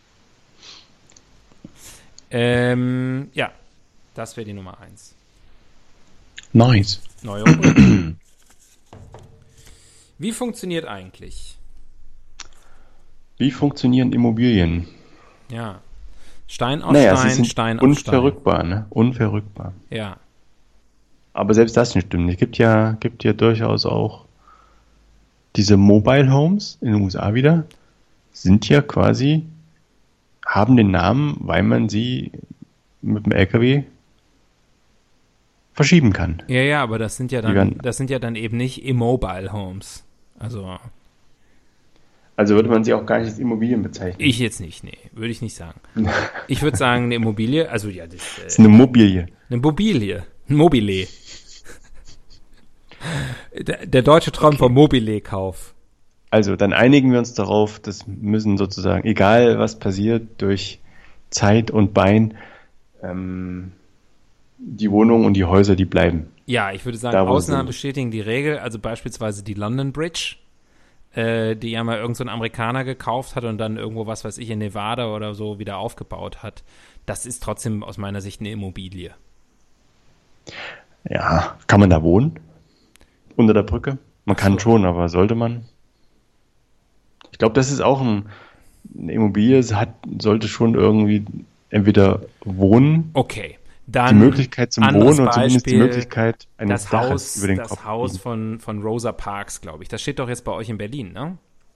Ähm, ja, das wäre die Nummer eins. Nice. Neue Rubrik. Wie funktioniert eigentlich? Wie funktionieren Immobilien? Ja. Stein auf Naja, Stein, sie sind Stein auf Stein. unverrückbar, ne? Unverrückbar. Ja. Aber selbst das nicht stimmt. Es gibt ja, gibt ja durchaus auch diese Mobile Homes in den U S A wieder, sind ja quasi, haben den Namen, weil man sie mit dem L K W verschieben kann. Ja, ja, aber das sind ja Die dann, werden- das sind ja dann eben nicht Immobile Homes. Also, Also würde man sie auch gar nicht als Immobilien bezeichnen. ich jetzt nicht, nee, würde ich nicht sagen. Ich würde sagen, eine Immobilie, also ja, das Das ist äh, eine Mobilie. eine Mobilie, ein Mobile. Der, der deutsche Traum vom Mobile-Kauf. Also dann einigen wir uns darauf, das müssen sozusagen, egal was passiert, durch Zeit und Bein, ähm, die Wohnungen und die Häuser, die bleiben. Ja, ich würde sagen, Da, wo Ausnahmen sie- bestätigen die Regel, also beispielsweise die London Bridge. äh, die ja mal irgend so ein Amerikaner gekauft hat und dann irgendwo, was weiß ich, in Nevada oder so wieder aufgebaut hat. Das ist trotzdem aus meiner Sicht eine Immobilie. Ja, kann man da wohnen? Unter der Brücke? Man kann so. schon, aber sollte man? Ich glaube, das ist auch ein, eine Immobilie, es hat, sollte schon irgendwie entweder wohnen, okay, dann die Möglichkeit zum anderes Wohnen und zumindest die Beispiel, Möglichkeit eines das Daches Haus, über den das Kopf. Haus von, von Rosa Parks, glaube ich. Das steht doch jetzt bei euch in Berlin, ne?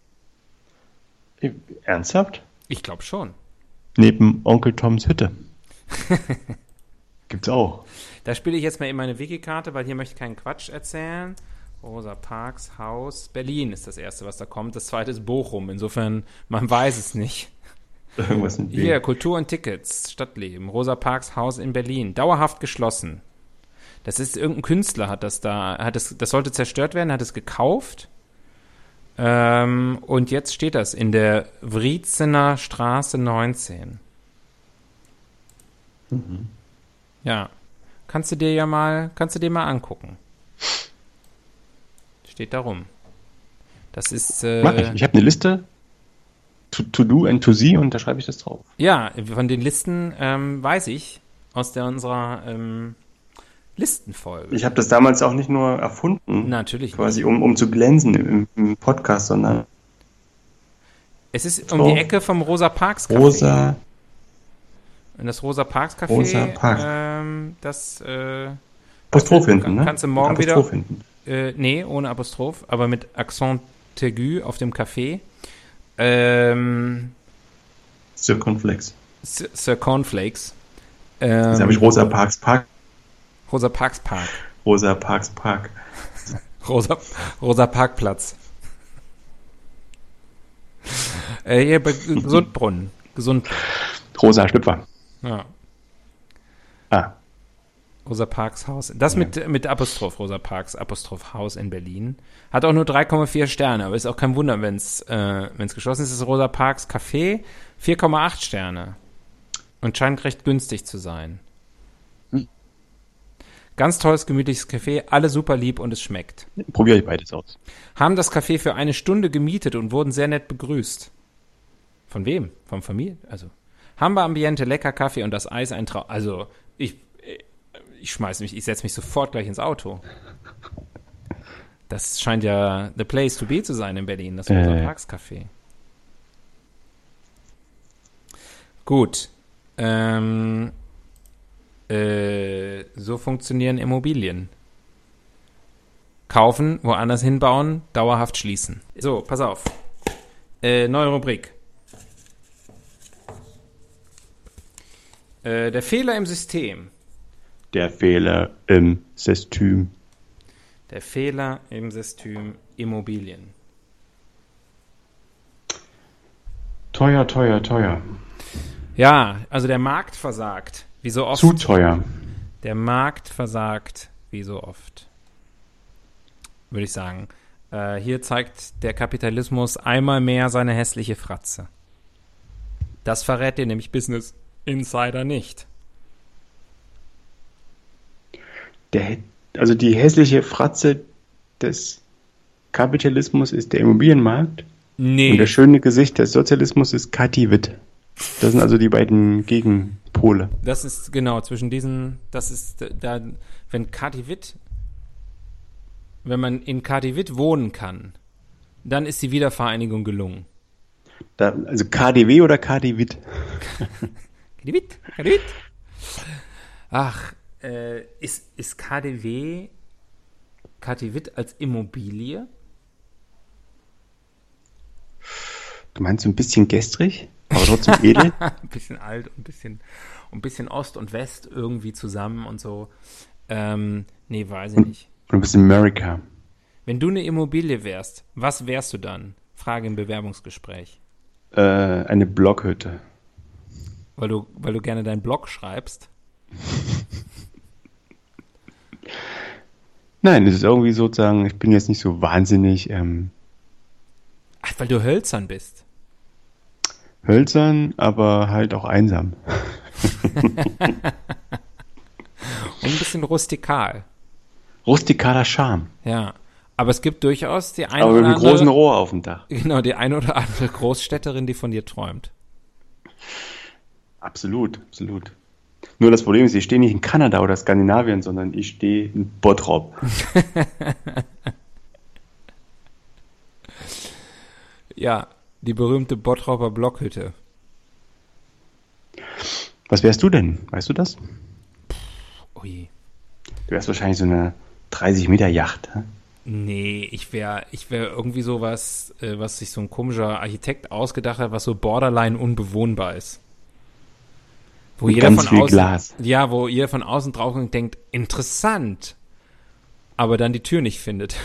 Ernsthaft? Ich glaube schon. Neben Onkel Toms Hütte. Gibt's auch. Da spiele ich jetzt mal in meine Wikikarte, weil hier möchte ich keinen Quatsch erzählen. Rosa Parks Haus Berlin ist das erste, was da kommt. Das zweite ist Bochum. Insofern, man weiß es nicht. Irgendwas mit Hier, Kultur und Tickets, Stadtleben, Rosa Parks Haus in Berlin, dauerhaft geschlossen. Das ist irgendein Künstler, hat das da, hat es, das sollte zerstört werden, hat es gekauft. Ähm, und jetzt steht das in der Wriezener Straße neunzehn. Mhm. Ja, kannst du dir ja mal, kannst du dir mal angucken. Steht da rum. Das ist. Äh, Mach ich. Ich habe eine Liste. To, to do and to see und da schreibe ich das drauf. Ja, von den Listen ähm, weiß ich aus der unserer ähm, Listenfolge. Ich habe das damals auch nicht nur erfunden. Natürlich quasi um, um zu glänzen im, im Podcast, sondern es ist um die Ecke vom Rosa Parks Café. Rosa. Und das Rosa Parks Café. Rosa Parks. Ähm, das äh, Apostroph hinten, ne? Kannst du morgen mit wieder. Apostroph hinten. Äh, nee, ohne Apostroph, aber mit Accent aigu auf dem Café. Ähm, Sir Cornflakes. Sir Cornflakes. Ähm, Jetzt habe ich Rosa Parks Park. Rosa Parks Park. Rosa Parks Park. Rosa, Rosa Parkplatz. äh, hier bei Gesundbrunnen. Gesund. Rosa Schlüpfer. Ja. Ah. Rosa Parks Haus. Das Ja. mit, mit Apostroph, Rosa Parks Apostroph Haus in Berlin. Hat auch nur drei Komma vier Sterne, aber ist auch kein Wunder, wenn es äh, wenn's geschlossen ist. Das ist Rosa Parks Café, vier Komma acht Sterne. Und scheint recht günstig zu sein. Hm. Ganz tolles, gemütliches Café, alle super lieb und es schmeckt. Probiere ich beides aus. Haben das Café für eine Stunde gemietet und wurden sehr nett begrüßt. Von wem? Vom Familie? Also, Hamber Ambiente, lecker Kaffee und das Eis ein Traum. Also, ich, ich schmeiß mich, ich setze mich sofort gleich ins Auto. Das scheint ja the place to be zu sein in Berlin, das Rosa Äh. Parks Café. Gut. Ähm, äh, so funktionieren Immobilien. Kaufen, woanders hinbauen, dauerhaft schließen. So, pass auf. Äh, neue Rubrik. Äh, der Fehler im System. Der Fehler im System. Der Fehler im System Immobilien. Teuer, teuer, teuer. Ja, also der Markt versagt. Wie so oft. Zu teuer. Der Markt versagt wie so oft. Würde ich sagen. Äh, hier zeigt der Kapitalismus einmal mehr seine hässliche Fratze. Das verrät dir nämlich Business Insider nicht. Der, also die hässliche Fratze des Kapitalismus ist der Immobilienmarkt. Nee. Und das schöne Gesicht des Sozialismus ist Kathi Witt. Das sind also die beiden Gegenpole. Das ist genau zwischen diesen, das ist da, wenn Kathi Witt, wenn man in Kathi Witt wohnen kann, dann ist die Wiedervereinigung gelungen. Da, also K D W oder Kathi Witt? Kathi Witt, Kathi Witt. Ach, äh, ist, ist K D W Kathi Witt als Immobilie? Du meinst so ein bisschen gestrig, aber trotzdem edel? Ein bisschen alt und ein bisschen, ein bisschen Ost und West irgendwie zusammen und so. Ähm, nee, weiß ich nicht. Und ein bisschen America. Wenn du eine Immobilie wärst, was wärst du dann? Frage im Bewerbungsgespräch. Äh, eine Blockhütte. Weil du, weil du gerne deinen Blog schreibst? Nein, es ist irgendwie sozusagen, ich bin jetzt nicht so wahnsinnig ähm, Ach, weil du hölzern bist. hölzern, aber halt auch einsam. Und ein bisschen rustikal. Rustikaler Charme. Ja. Aber es gibt durchaus die eine Aber oder mit einem andere... großen Rohr auf dem Dach. Genau, die eine oder andere Großstädterin, die von dir träumt. Absolut, absolut. Nur das Problem ist, ich stehe nicht in Kanada oder Skandinavien, sondern ich stehe in Bottrop. Ja, die berühmte Bottroper Blockhütte. Was wärst du denn? Weißt du das? Ui. Du wärst wahrscheinlich so eine dreißig Meter Yacht. Hä? Nee, ich wäre ich wär irgendwie sowas, äh, was sich so ein komischer Architekt ausgedacht hat, was so borderline unbewohnbar ist. Wo Und jeder ganz von viel außen, Glas. Ja, wo jeder von außen drauf und denkt, interessant, aber dann die Tür nicht findet.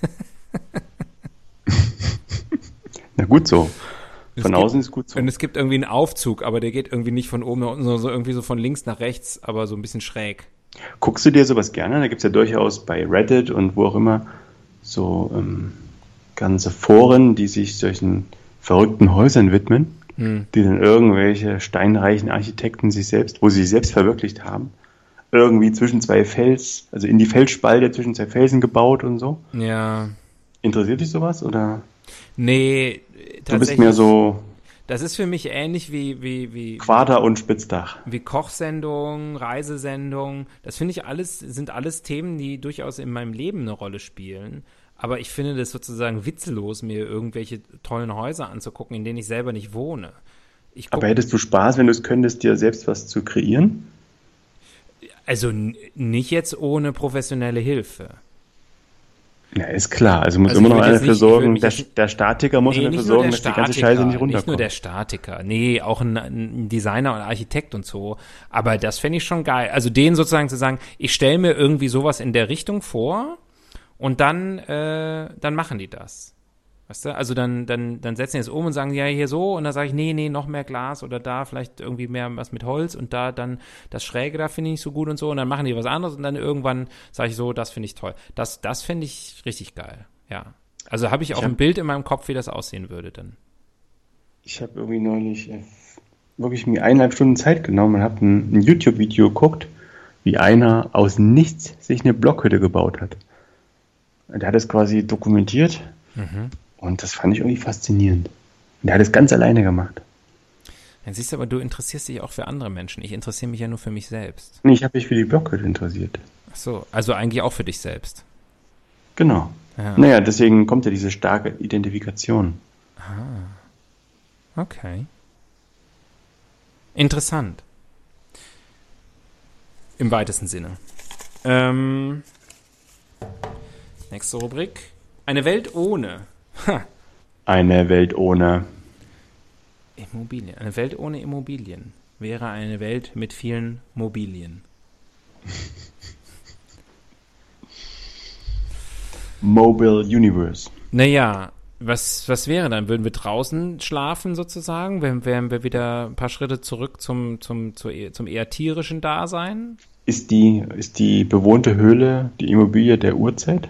Na gut so. Von Es außen gibt, ist gut so. Und es gibt irgendwie einen Aufzug, aber der geht irgendwie nicht von oben nach unten, sondern so irgendwie so von links nach rechts, aber so ein bisschen schräg. Guckst du dir sowas gerne? Da gibt es ja durchaus bei Reddit und wo auch immer so ähm, ganze Foren, die sich solchen verrückten Häusern widmen, hm. die dann irgendwelche steinreichen Architekten sich selbst, wo sie sich selbst verwirklicht haben, irgendwie zwischen zwei Fels, also in die Felsspalte zwischen zwei Felsen gebaut und so. Ja. Interessiert dich sowas oder? Nee, tatsächlich. Du bist mehr so. Das ist für mich ähnlich wie wie wie Quader und Spitzdach. Wie Kochsendungen, Reisesendungen. Das finde ich alles sind alles Themen, die durchaus in meinem Leben eine Rolle spielen. Aber ich finde das sozusagen witzlos, mir irgendwelche tollen Häuser anzugucken, in denen ich selber nicht wohne. Ich guck, Aber hättest du Spaß, wenn du es könntest, dir selbst was zu kreieren? Also n- nicht jetzt ohne professionelle Hilfe. Ja, ist klar. Also muss Also immer ich noch will einer jetzt dafür nicht- ich will sorgen, mich der, jetzt- der Statiker muss Nee, dafür nicht nur sorgen, der dass die ganze Scheiße nicht runterkommt. Nicht nur der Statiker, nee, auch ein, ein Designer und Architekt und so. Aber das fände ich schon geil. Also denen sozusagen zu sagen, ich stelle mir irgendwie sowas in der Richtung vor und dann, äh, dann machen die das. Weißt du? Also dann, dann, dann setzen die es um und sagen, ja, hier so, und dann sage ich, nee, nee, noch mehr Glas oder da vielleicht irgendwie mehr was mit Holz und da dann das Schräge, da finde ich nicht so gut und so, und dann machen die was anderes und dann irgendwann sage ich so, das finde ich toll. Das, das finde ich richtig geil, ja. Also habe ich auch Ich hab- ein Bild in meinem Kopf, wie das aussehen würde dann. Ich habe irgendwie neulich äh, wirklich mir eineinhalb Stunden Zeit genommen und habe ein, ein YouTube-Video geguckt, wie einer aus nichts sich eine Blockhütte gebaut hat. Der hat es quasi dokumentiert und das fand ich irgendwie faszinierend. Und der hat es ganz alleine gemacht. Dann siehst du aber, du interessierst dich auch für andere Menschen. Ich interessiere mich ja nur für mich selbst. Nee, ich habe mich für die Blockhütte interessiert. Ach so, also eigentlich auch für dich selbst. Genau. Ja. Naja, deswegen kommt ja diese starke Identifikation. Okay. Interessant. Im weitesten Sinne. Ähm, nächste Rubrik. Eine Welt ohne. Ha. Eine Welt ohne. Immobilien. Eine Welt ohne Immobilien wäre eine Welt mit vielen Mobilien. Mobile Universe. Naja, was, was wäre dann? Würden wir draußen schlafen sozusagen? Wären, wären wir wieder ein paar Schritte zurück zum, zum, zu, zum eher tierischen Dasein? Ist die, ist die bewohnte Höhle die Immobilie der Urzeit?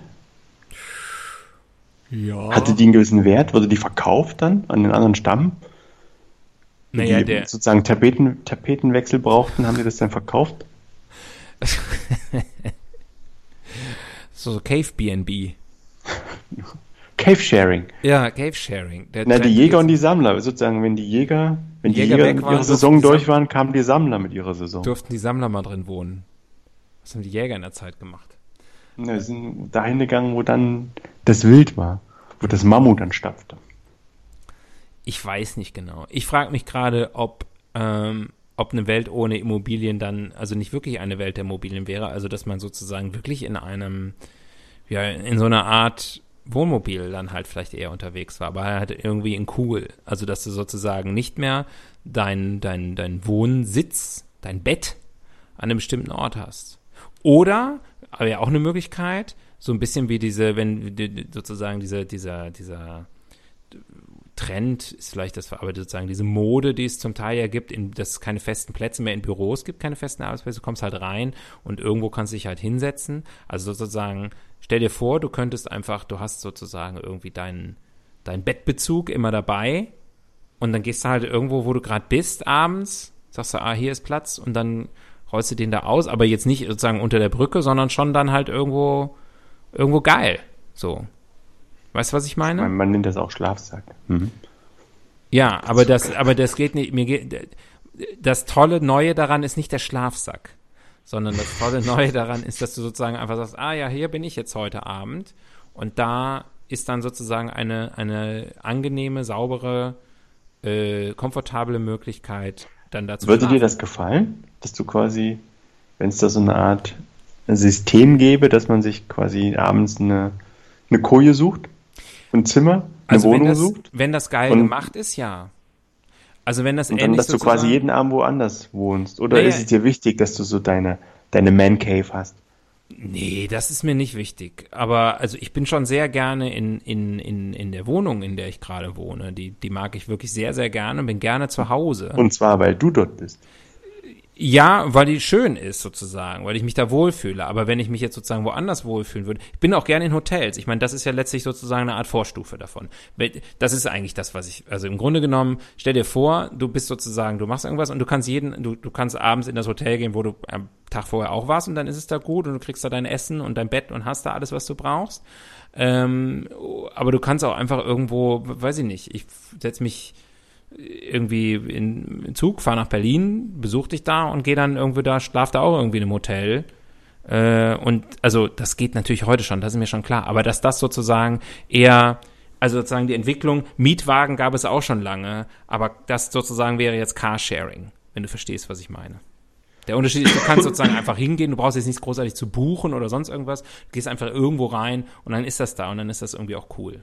Ja. Hatte die einen gewissen Wert? Wurde die verkauft dann an den anderen Stamm? Naja, die der, sozusagen Tapeten, Tapetenwechsel brauchten, haben die das dann verkauft? so Cave B and B. Cave Sharing. Ja, Cave Sharing. Der Na, die Trend Jäger ist- und die Sammler. Sozusagen, wenn die Jäger, wenn die Jäger Jäger weg mit waren, ihrer durften Saison die durch Sam- waren, kamen die Sammler mit ihrer Saison. durften die Sammler mal drin wohnen. Was haben die Jäger in der Zeit gemacht? Na, sie sind dahin gegangen, wo dann das Wild war. Wo das Mammut dann stapfte. Ich weiß nicht genau. Ich frage mich gerade, ob, ähm, ob eine Welt ohne Immobilien dann, also nicht wirklich eine Welt der Immobilien wäre, also dass man sozusagen wirklich in einem, ja, in so einer Art Wohnmobil dann halt vielleicht eher unterwegs war, aber halt irgendwie in cool. Also dass du sozusagen nicht mehr dein, dein, dein Wohnsitz, dein Bett an einem bestimmten Ort hast. Oder, aber ja auch eine Möglichkeit, so ein bisschen wie diese, wenn die- sozusagen diese, dieser, dieser Trend ist vielleicht das, aber sozusagen diese Mode, die es zum Teil ja gibt, in, dass es keine festen Plätze mehr in Büros gibt, keine festen Arbeitsplätze, du kommst halt rein und irgendwo kannst du dich halt hinsetzen. Also sozusagen, stell dir vor, du könntest einfach, du hast sozusagen irgendwie deinen, deinen Bettbezug immer dabei und dann gehst du halt irgendwo, wo du gerade bist, abends, sagst du, ah, hier ist Platz und dann rollst du den da aus, aber jetzt nicht sozusagen unter der Brücke, sondern schon dann halt irgendwo, irgendwo geil. So. Weißt du, was ich meine? Man, man nennt das auch Schlafsack. Mhm. Ja, aber das, aber das geht nicht, mir geht, das tolle Neue daran ist nicht der Schlafsack, sondern das tolle Neue daran ist, dass du sozusagen einfach sagst, ah ja, hier bin ich jetzt heute Abend und da ist dann sozusagen eine, eine angenehme, saubere, äh, komfortable Möglichkeit, dann dazu Würde dir das gefallen, dass du quasi, wenn es da so eine Art System gäbe, dass man sich quasi abends eine, eine Koje sucht, ein Zimmer, eine also Wohnung wenn das, sucht? wenn das geil und, gemacht ist, ja. Also wenn das und ähnlich dann, dass du quasi jeden Abend woanders wohnst. Oder naja, ist es dir wichtig, dass du so deine, deine Man-Cave hast? Nee, das ist mir nicht wichtig. Aber also ich bin schon sehr gerne in, in, in, in der Wohnung, in der ich gerade wohne. Die, die mag ich wirklich sehr, sehr gerne und bin gerne zu Hause. Und zwar, weil du dort bist. Ja, weil die schön ist sozusagen, weil ich mich da wohlfühle. Aber wenn ich mich jetzt sozusagen woanders wohlfühlen würde, ich bin auch gerne in Hotels. Ich meine, das ist ja letztlich sozusagen eine Art Vorstufe davon. Das ist eigentlich das, was ich, also im Grunde genommen, stell dir vor, du bist sozusagen, du machst irgendwas und du kannst jeden, du, du kannst abends in das Hotel gehen, wo du am Tag vorher auch warst und dann ist es da gut und du kriegst da dein Essen und dein Bett und hast da alles, was du brauchst. Ähm, aber du kannst auch einfach irgendwo, weiß ich nicht, ich setz mich irgendwie in, in Zug, fahre nach Berlin, besuche dich da und gehe dann irgendwie da, schlaf da auch irgendwie in einem Hotel. Äh, und also das geht natürlich heute schon, das ist mir schon klar. Aber dass das sozusagen eher, also sozusagen die Entwicklung, Mietwagen gab es auch schon lange, aber das sozusagen wäre jetzt Carsharing, wenn du verstehst, was ich meine. Der Unterschied ist, du kannst sozusagen einfach hingehen, du brauchst jetzt nichts großartig zu buchen oder sonst irgendwas, du gehst einfach irgendwo rein und dann ist das da und dann ist das irgendwie auch cool.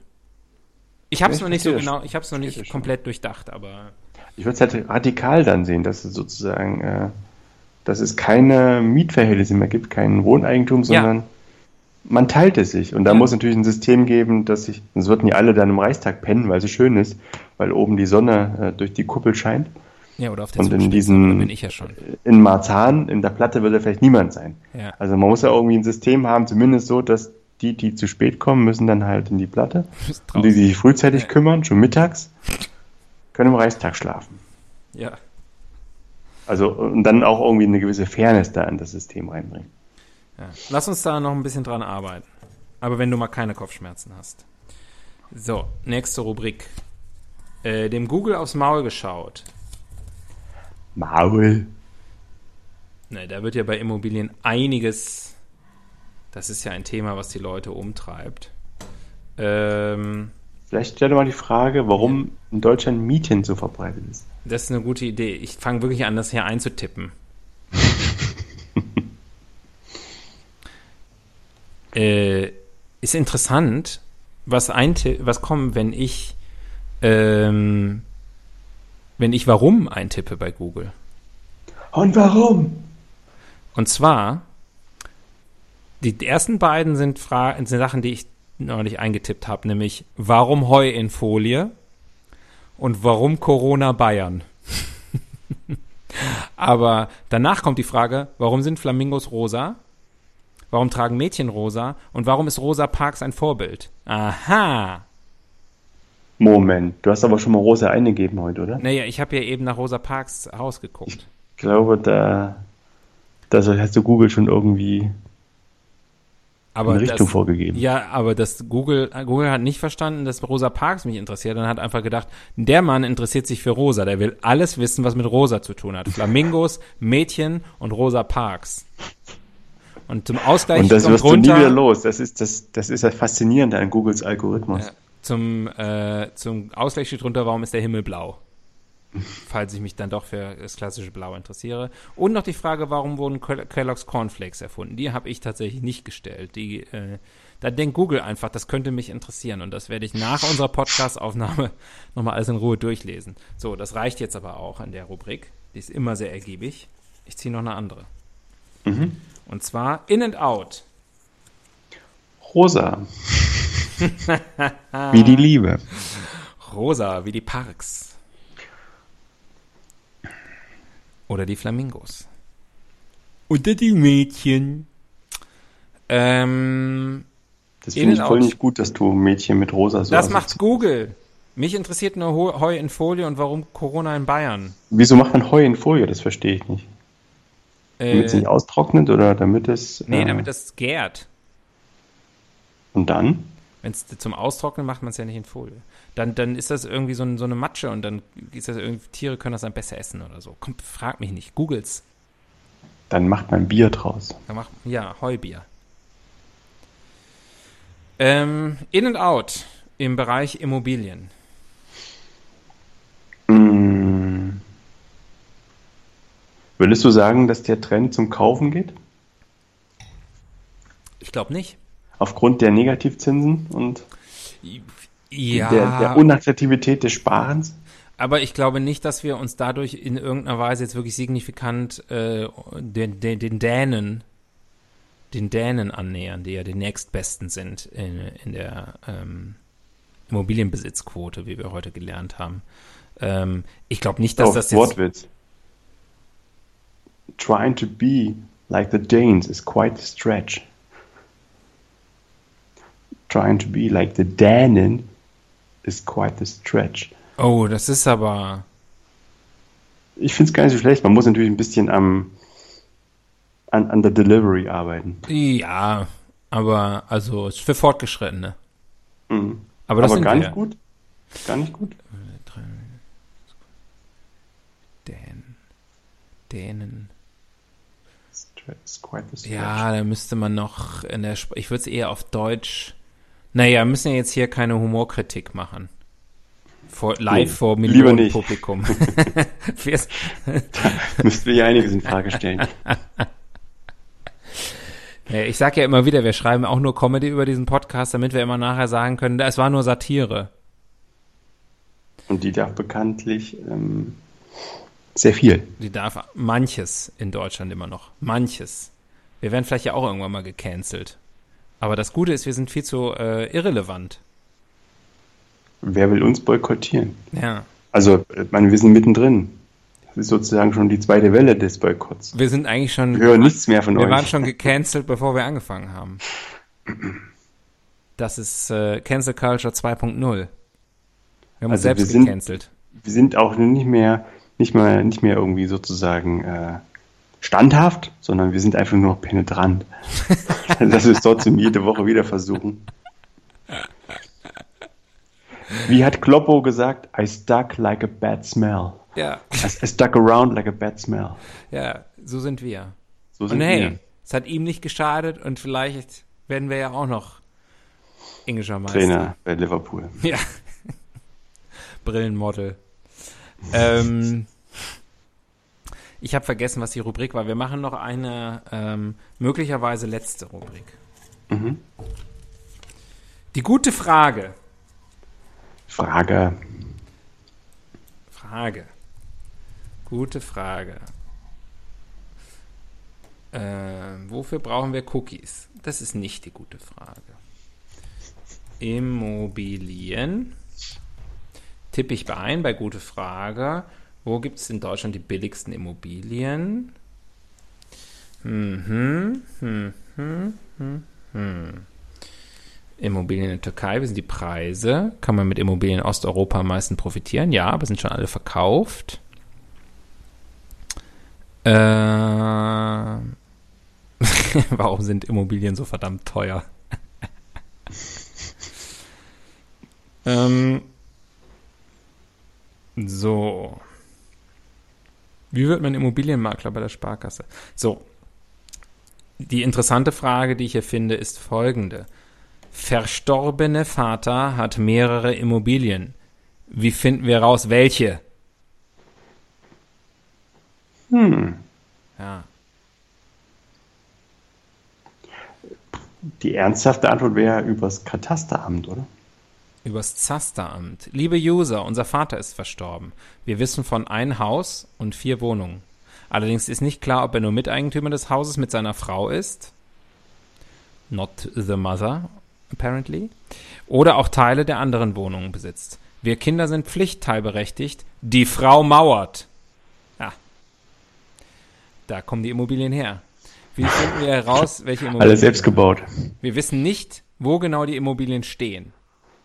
Ich habe es noch nicht so genau, ich habe es noch nicht komplett durchdacht, aber ich würde es halt radikal dann sehen, dass es sozusagen, äh, dass es keine Mietverhältnisse mehr gibt, kein Wohneigentum, sondern ja. man teilt es sich. Und da ja. muss natürlich ein System geben, dass sich, sonst würden die alle dann im Reichstag pennen, weil es so schön ist, weil oben die Sonne äh, durch die Kuppel scheint. Ja, oder auf der Und in diesen, bin ich ja schon. In Marzahn, in der Platte würde vielleicht niemand sein. Ja. Also man muss ja irgendwie ein System haben, zumindest so, dass die, die zu spät kommen, müssen dann halt in die Platte. Und die, die sich frühzeitig ja. kümmern, schon mittags, können im Reichstag schlafen. Ja. Also, und dann auch irgendwie eine gewisse Fairness da in das System reinbringen. Ja. Lass uns da noch ein bisschen dran arbeiten. Aber wenn du mal keine Kopfschmerzen hast. So, nächste Rubrik. Äh, dem Google aufs Maul geschaut. Maul. Ne, da wird ja bei Immobilien einiges. Das ist ja ein Thema, was die Leute umtreibt. Ähm, Vielleicht stell dir mal die Frage, warum ja. in Deutschland Mieten so verbreitet ist. Das ist eine gute Idee. Ich fange wirklich an, das hier einzutippen. äh, ist interessant, was, einti- was kommt, wenn ich ähm, wenn ich warum eintippe bei Google. Und warum? Und zwar die ersten beiden sind, Fra- sind Sachen, die ich neulich eingetippt habe, nämlich warum Heu in Folie und warum Corona Bayern. Aber danach kommt die Frage, warum sind Flamingos rosa? Warum tragen Mädchen rosa? Und warum ist Rosa Parks ein Vorbild? Aha! Moment, du hast aber schon mal Rosa eingegeben heute, oder? Naja, ich habe ja eben nach Rosa Parks Haus geguckt. Ich glaube, da, da hast du Google schon irgendwie aber eine Richtung das, vorgegeben. Ja, aber das Google, Google hat nicht verstanden, dass Rosa Parks mich interessiert und hat einfach gedacht, der Mann interessiert sich für Rosa, der will alles wissen, was mit Rosa zu tun hat. Flamingos, Mädchen und Rosa Parks. Und zum Ausgleich und das kommt wirst runter, du nie wieder los. Das ist das, das ist das Faszinierende an Googles Algorithmus. Ja, zum, äh, zum Ausgleich steht drunter, warum ist der Himmel blau? Falls ich mich dann doch für das klassische Blau interessiere. Und noch die Frage, warum wurden Kellogg's Cornflakes erfunden? Die habe ich tatsächlich nicht gestellt. Die, äh, da denkt Google einfach, das könnte mich interessieren. Und das werde ich nach unserer Podcast-Aufnahme nochmal alles in Ruhe durchlesen. So, das reicht jetzt aber auch an der Rubrik. Die ist immer sehr ergiebig. Ich ziehe noch eine andere. Mhm. Und zwar In and Out. Rosa. Wie die Liebe. Rosa, wie die Parks. Oder die Flamingos. Oder die Mädchen. Ähm, das finde ich voll nicht gut, dass du Mädchen mit Rosa so Das macht Google. Mich interessiert nur Heu in Folie und warum Corona in Bayern. Wieso macht man Heu in Folie? Das verstehe ich nicht. Damit es äh, nicht austrocknet oder damit es... Nee, äh, damit es gärt. Und dann? Wenn es zum Austrocknen macht man es ja nicht in Folie. Dann, dann ist das irgendwie so, ein, so eine Matsche und dann ist das irgendwie, Tiere können das dann besser essen oder so. Komm, frag mich nicht. Googles. Dann macht man Bier draus. Dann macht, ja, Heubier. Ähm, in and out im Bereich Immobilien. Hm. Würdest du sagen, dass der Trend zum Kaufen geht? Ich glaube nicht. Aufgrund der Negativzinsen und ja, der, der Unattraktivität des Sparens? Aber ich glaube nicht, dass wir uns dadurch in irgendeiner Weise jetzt wirklich signifikant äh, den, den, den Dänen den Dänen annähern, die ja die nächstbesten sind in, in der ähm, Immobilienbesitzquote, wie wir heute gelernt haben. Ähm, ich glaube nicht, dass Auf das jetzt... Wortwitz. Trying to be like the Danes is quite a stretch. Trying to be like the Dänen is quite a stretch. Oh, das ist aber... Ich finde es gar nicht so schlecht. Man muss natürlich ein bisschen am an, an der Delivery arbeiten. Ja, aber also ist für Fortgeschrittene. Mhm. Aber das aber sind gar wir. nicht gut. Gar nicht gut. Dänen. Dänen. It's quite a stretch. Ja, da müsste man noch in der Sp- ich würde es eher auf Deutsch. Naja, müssen ja jetzt hier keine Humorkritik machen. Vor, live Nee, vor lieber Millionen nicht. Publikum. Da müssten wir ja einiges in Frage stellen. Ja, ich sage ja immer wieder, wir schreiben auch nur Comedy über diesen Podcast, damit wir immer nachher sagen können, es war nur Satire. Und die darf bekanntlich ähm, sehr viel. Die darf manches in Deutschland immer noch. Manches. Wir werden vielleicht ja auch irgendwann mal gecancelt. Aber das Gute ist, wir sind viel zu äh, irrelevant. Wer will uns boykottieren? Ja. Also, ich meine, wir sind mittendrin. Das ist sozusagen schon die zweite Welle des Boykotts. Wir sind eigentlich schon... Wir hören nichts mehr von Wir euch. waren schon gecancelt, bevor wir angefangen haben. Das ist äh, Cancel Culture zwei Punkt null. Wir haben uns Also selbst wir sind- gecancelt. Wir sind auch nicht mehr, nicht mehr, nicht mehr irgendwie sozusagen äh, standhaft, sondern wir sind einfach nur penetrant. Dass wir es trotzdem jede Woche wieder versuchen. Wie hat Kloppo gesagt? I stuck like a bad smell. Ja. I, I stuck around like a bad smell. Ja, so sind wir. So sind Und hey, wir. es hat ihm nicht geschadet und vielleicht werden wir ja auch noch englischer Meister. Trainer bei Liverpool. Ja. Brillenmodel. ähm, ich habe vergessen, was die Rubrik war. Wir machen noch eine ähm, möglicherweise letzte Rubrik. Mhm. Die gute Frage. Frage. Frage. Gute Frage. Äh, wofür brauchen wir Cookies? Das ist nicht die gute Frage. Immobilien. Tippe ich bei ein bei gute Frage. Wo gibt es in Deutschland die billigsten Immobilien? Hm, hm, hm, hm, hm. Immobilien in der Türkei, wie sind die Preise? Kann man mit Immobilien in Osteuropa am meisten profitieren? Ja, aber sind schon alle verkauft. Äh, warum sind Immobilien so verdammt teuer? ähm, so. Wie wird man Immobilienmakler bei der Sparkasse? So. Die interessante Frage, die ich hier finde, ist folgende. Verstorbene Vater hat mehrere Immobilien. Wie finden wir raus, welche? Hm. Ja. Die ernsthafte Antwort wäre übers Katasteramt, oder? Übers Zasteramt. Liebe User, unser Vater ist verstorben. Wir wissen von ein Haus und vier Wohnungen. Allerdings ist nicht klar, ob er nur Miteigentümer des Hauses mit seiner Frau ist. Not the mother, apparently. Oder auch Teile der anderen Wohnungen besitzt. Wir Kinder sind pflichtteilberechtigt. Die Frau mauert. Ja. Da kommen die Immobilien her. Wie finden wir heraus, welche Immobilien? Alle selbst gebaut. Wir wissen nicht, wo genau die Immobilien stehen.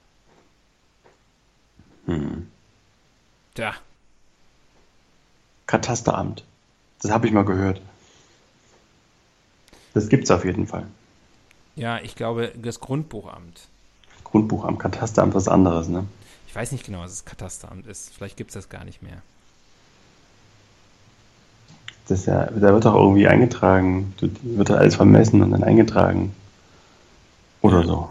Hm. Tja. Katasteramt. Das habe ich mal gehört. Das gibt's auf jeden Fall. Ja, ich glaube, das Grundbuchamt. Grundbuchamt, Katasteramt was anderes, ne? Ich weiß nicht genau, was das Katasteramt ist. Vielleicht gibt es das gar nicht mehr. Das ist ja, da wird doch irgendwie eingetragen, wird da alles vermessen und dann eingetragen. Oder so.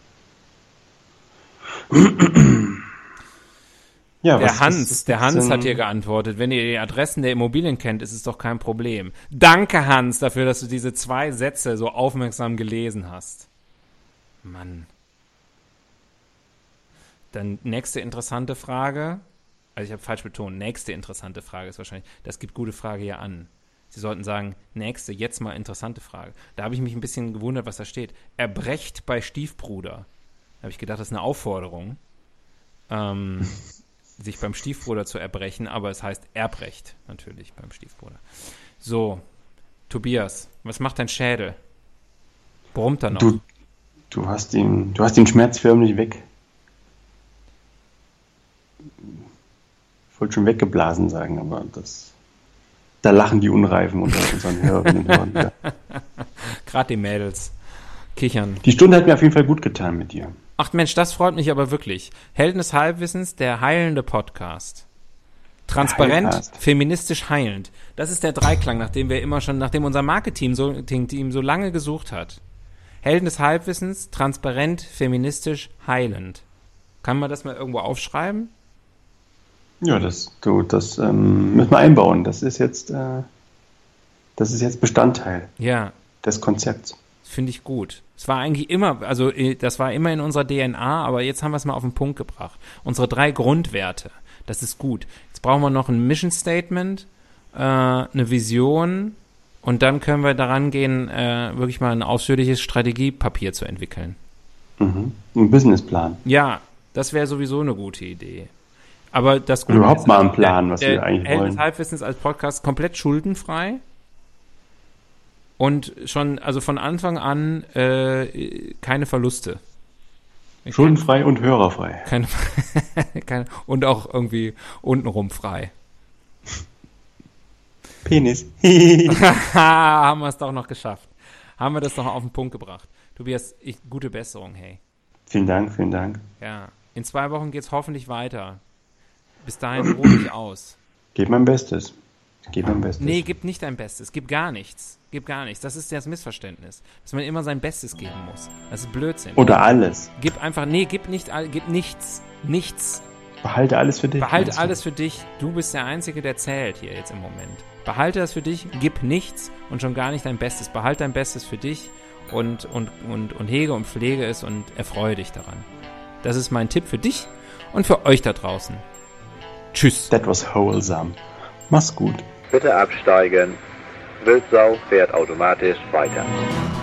Ja, der was, Hans, was, der Hans denn? hat hier geantwortet, wenn ihr die Adressen der Immobilien kennt, ist es doch kein Problem. Danke, Hans, dafür, dass du diese zwei Sätze so aufmerksam gelesen hast. Mann. Dann nächste interessante Frage. Also ich habe falsch betont. Nächste interessante Frage ist wahrscheinlich, das gibt gute Frage hier an. Sie sollten sagen, nächste, jetzt mal interessante Frage. Da habe ich mich ein bisschen gewundert, was da steht. Erbrecht bei Stiefbruder. Da habe ich gedacht, das ist eine Aufforderung. Ähm... sich beim Stiefbruder zu erbrechen, aber es heißt Erbrecht natürlich beim Stiefbruder. So, Tobias, was macht dein Schädel? Brummt er noch? Du, du hast ihn, du hast den Schmerz förmlich weg. Ich wollte schon weggeblasen sagen, aber das, da lachen die Unreifen unter unseren Hörerinnen und Hörern wieder. Gerade die Mädels kichern. Die Stunde hat mir auf jeden Fall gut getan mit dir. Ach Mensch, das freut mich aber wirklich. Helden des Halbwissens, der heilende Podcast. Transparent, Heilcast. feministisch heilend. Das ist der Dreiklang, nachdem wir immer schon, nachdem unser Marketing so, Team so lange gesucht hat. Helden des Halbwissens, transparent, feministisch, heilend. Kann man das mal irgendwo aufschreiben? Ja, das, du, das ähm, müssen wir einbauen. Das ist jetzt, äh, das ist jetzt Bestandteil Ja. des Konzepts. Finde ich gut. Es war eigentlich immer, also das war immer in unserer D N A, aber jetzt haben wir es mal auf den Punkt gebracht. Unsere drei Grundwerte, das ist gut. Jetzt brauchen wir noch ein Mission Statement, äh, eine Vision und dann können wir daran gehen, äh, wirklich mal ein ausführliches Strategiepapier zu entwickeln. Mhm. Ein Businessplan. Ja, das wäre sowieso eine gute Idee. Aber das Oder überhaupt ist, mal also einen Plan, der, was der wir eigentlich Helden wollen. des Halbwissens als Podcast komplett schuldenfrei. Und schon, also von Anfang an äh, keine Verluste. Schuldenfrei und hörerfrei. Keine, keine, und auch irgendwie untenrum frei. Penis. Haben wir es doch noch geschafft. Haben wir das noch auf den Punkt gebracht. Tobias, ich, gute Besserung, hey. Vielen Dank, vielen Dank. Ja, in zwei Wochen geht's hoffentlich weiter. Bis dahin ruh dich aus. Gib mein Bestes. Gib mein Bestes. Nee, gib nicht dein Bestes. Gib gar nichts. Gib gar nichts. Das ist das Missverständnis. Dass man immer sein Bestes geben muss. Das ist Blödsinn. Oder alles. Gib einfach, nee, gib nicht, all- gib nichts. Nichts. Behalte alles für dich. Behalte meinst du? alles für dich. Du bist der Einzige, der zählt hier jetzt im Moment. Behalte das für dich, gib nichts und schon gar nicht dein Bestes. Behalte dein Bestes für dich und, und, und, und hege und pflege es und erfreue dich daran. Das ist mein Tipp für dich und für euch da draußen. Tschüss. That was wholesome. Mach's gut. Bitte absteigen. Wildsau fährt automatisch weiter.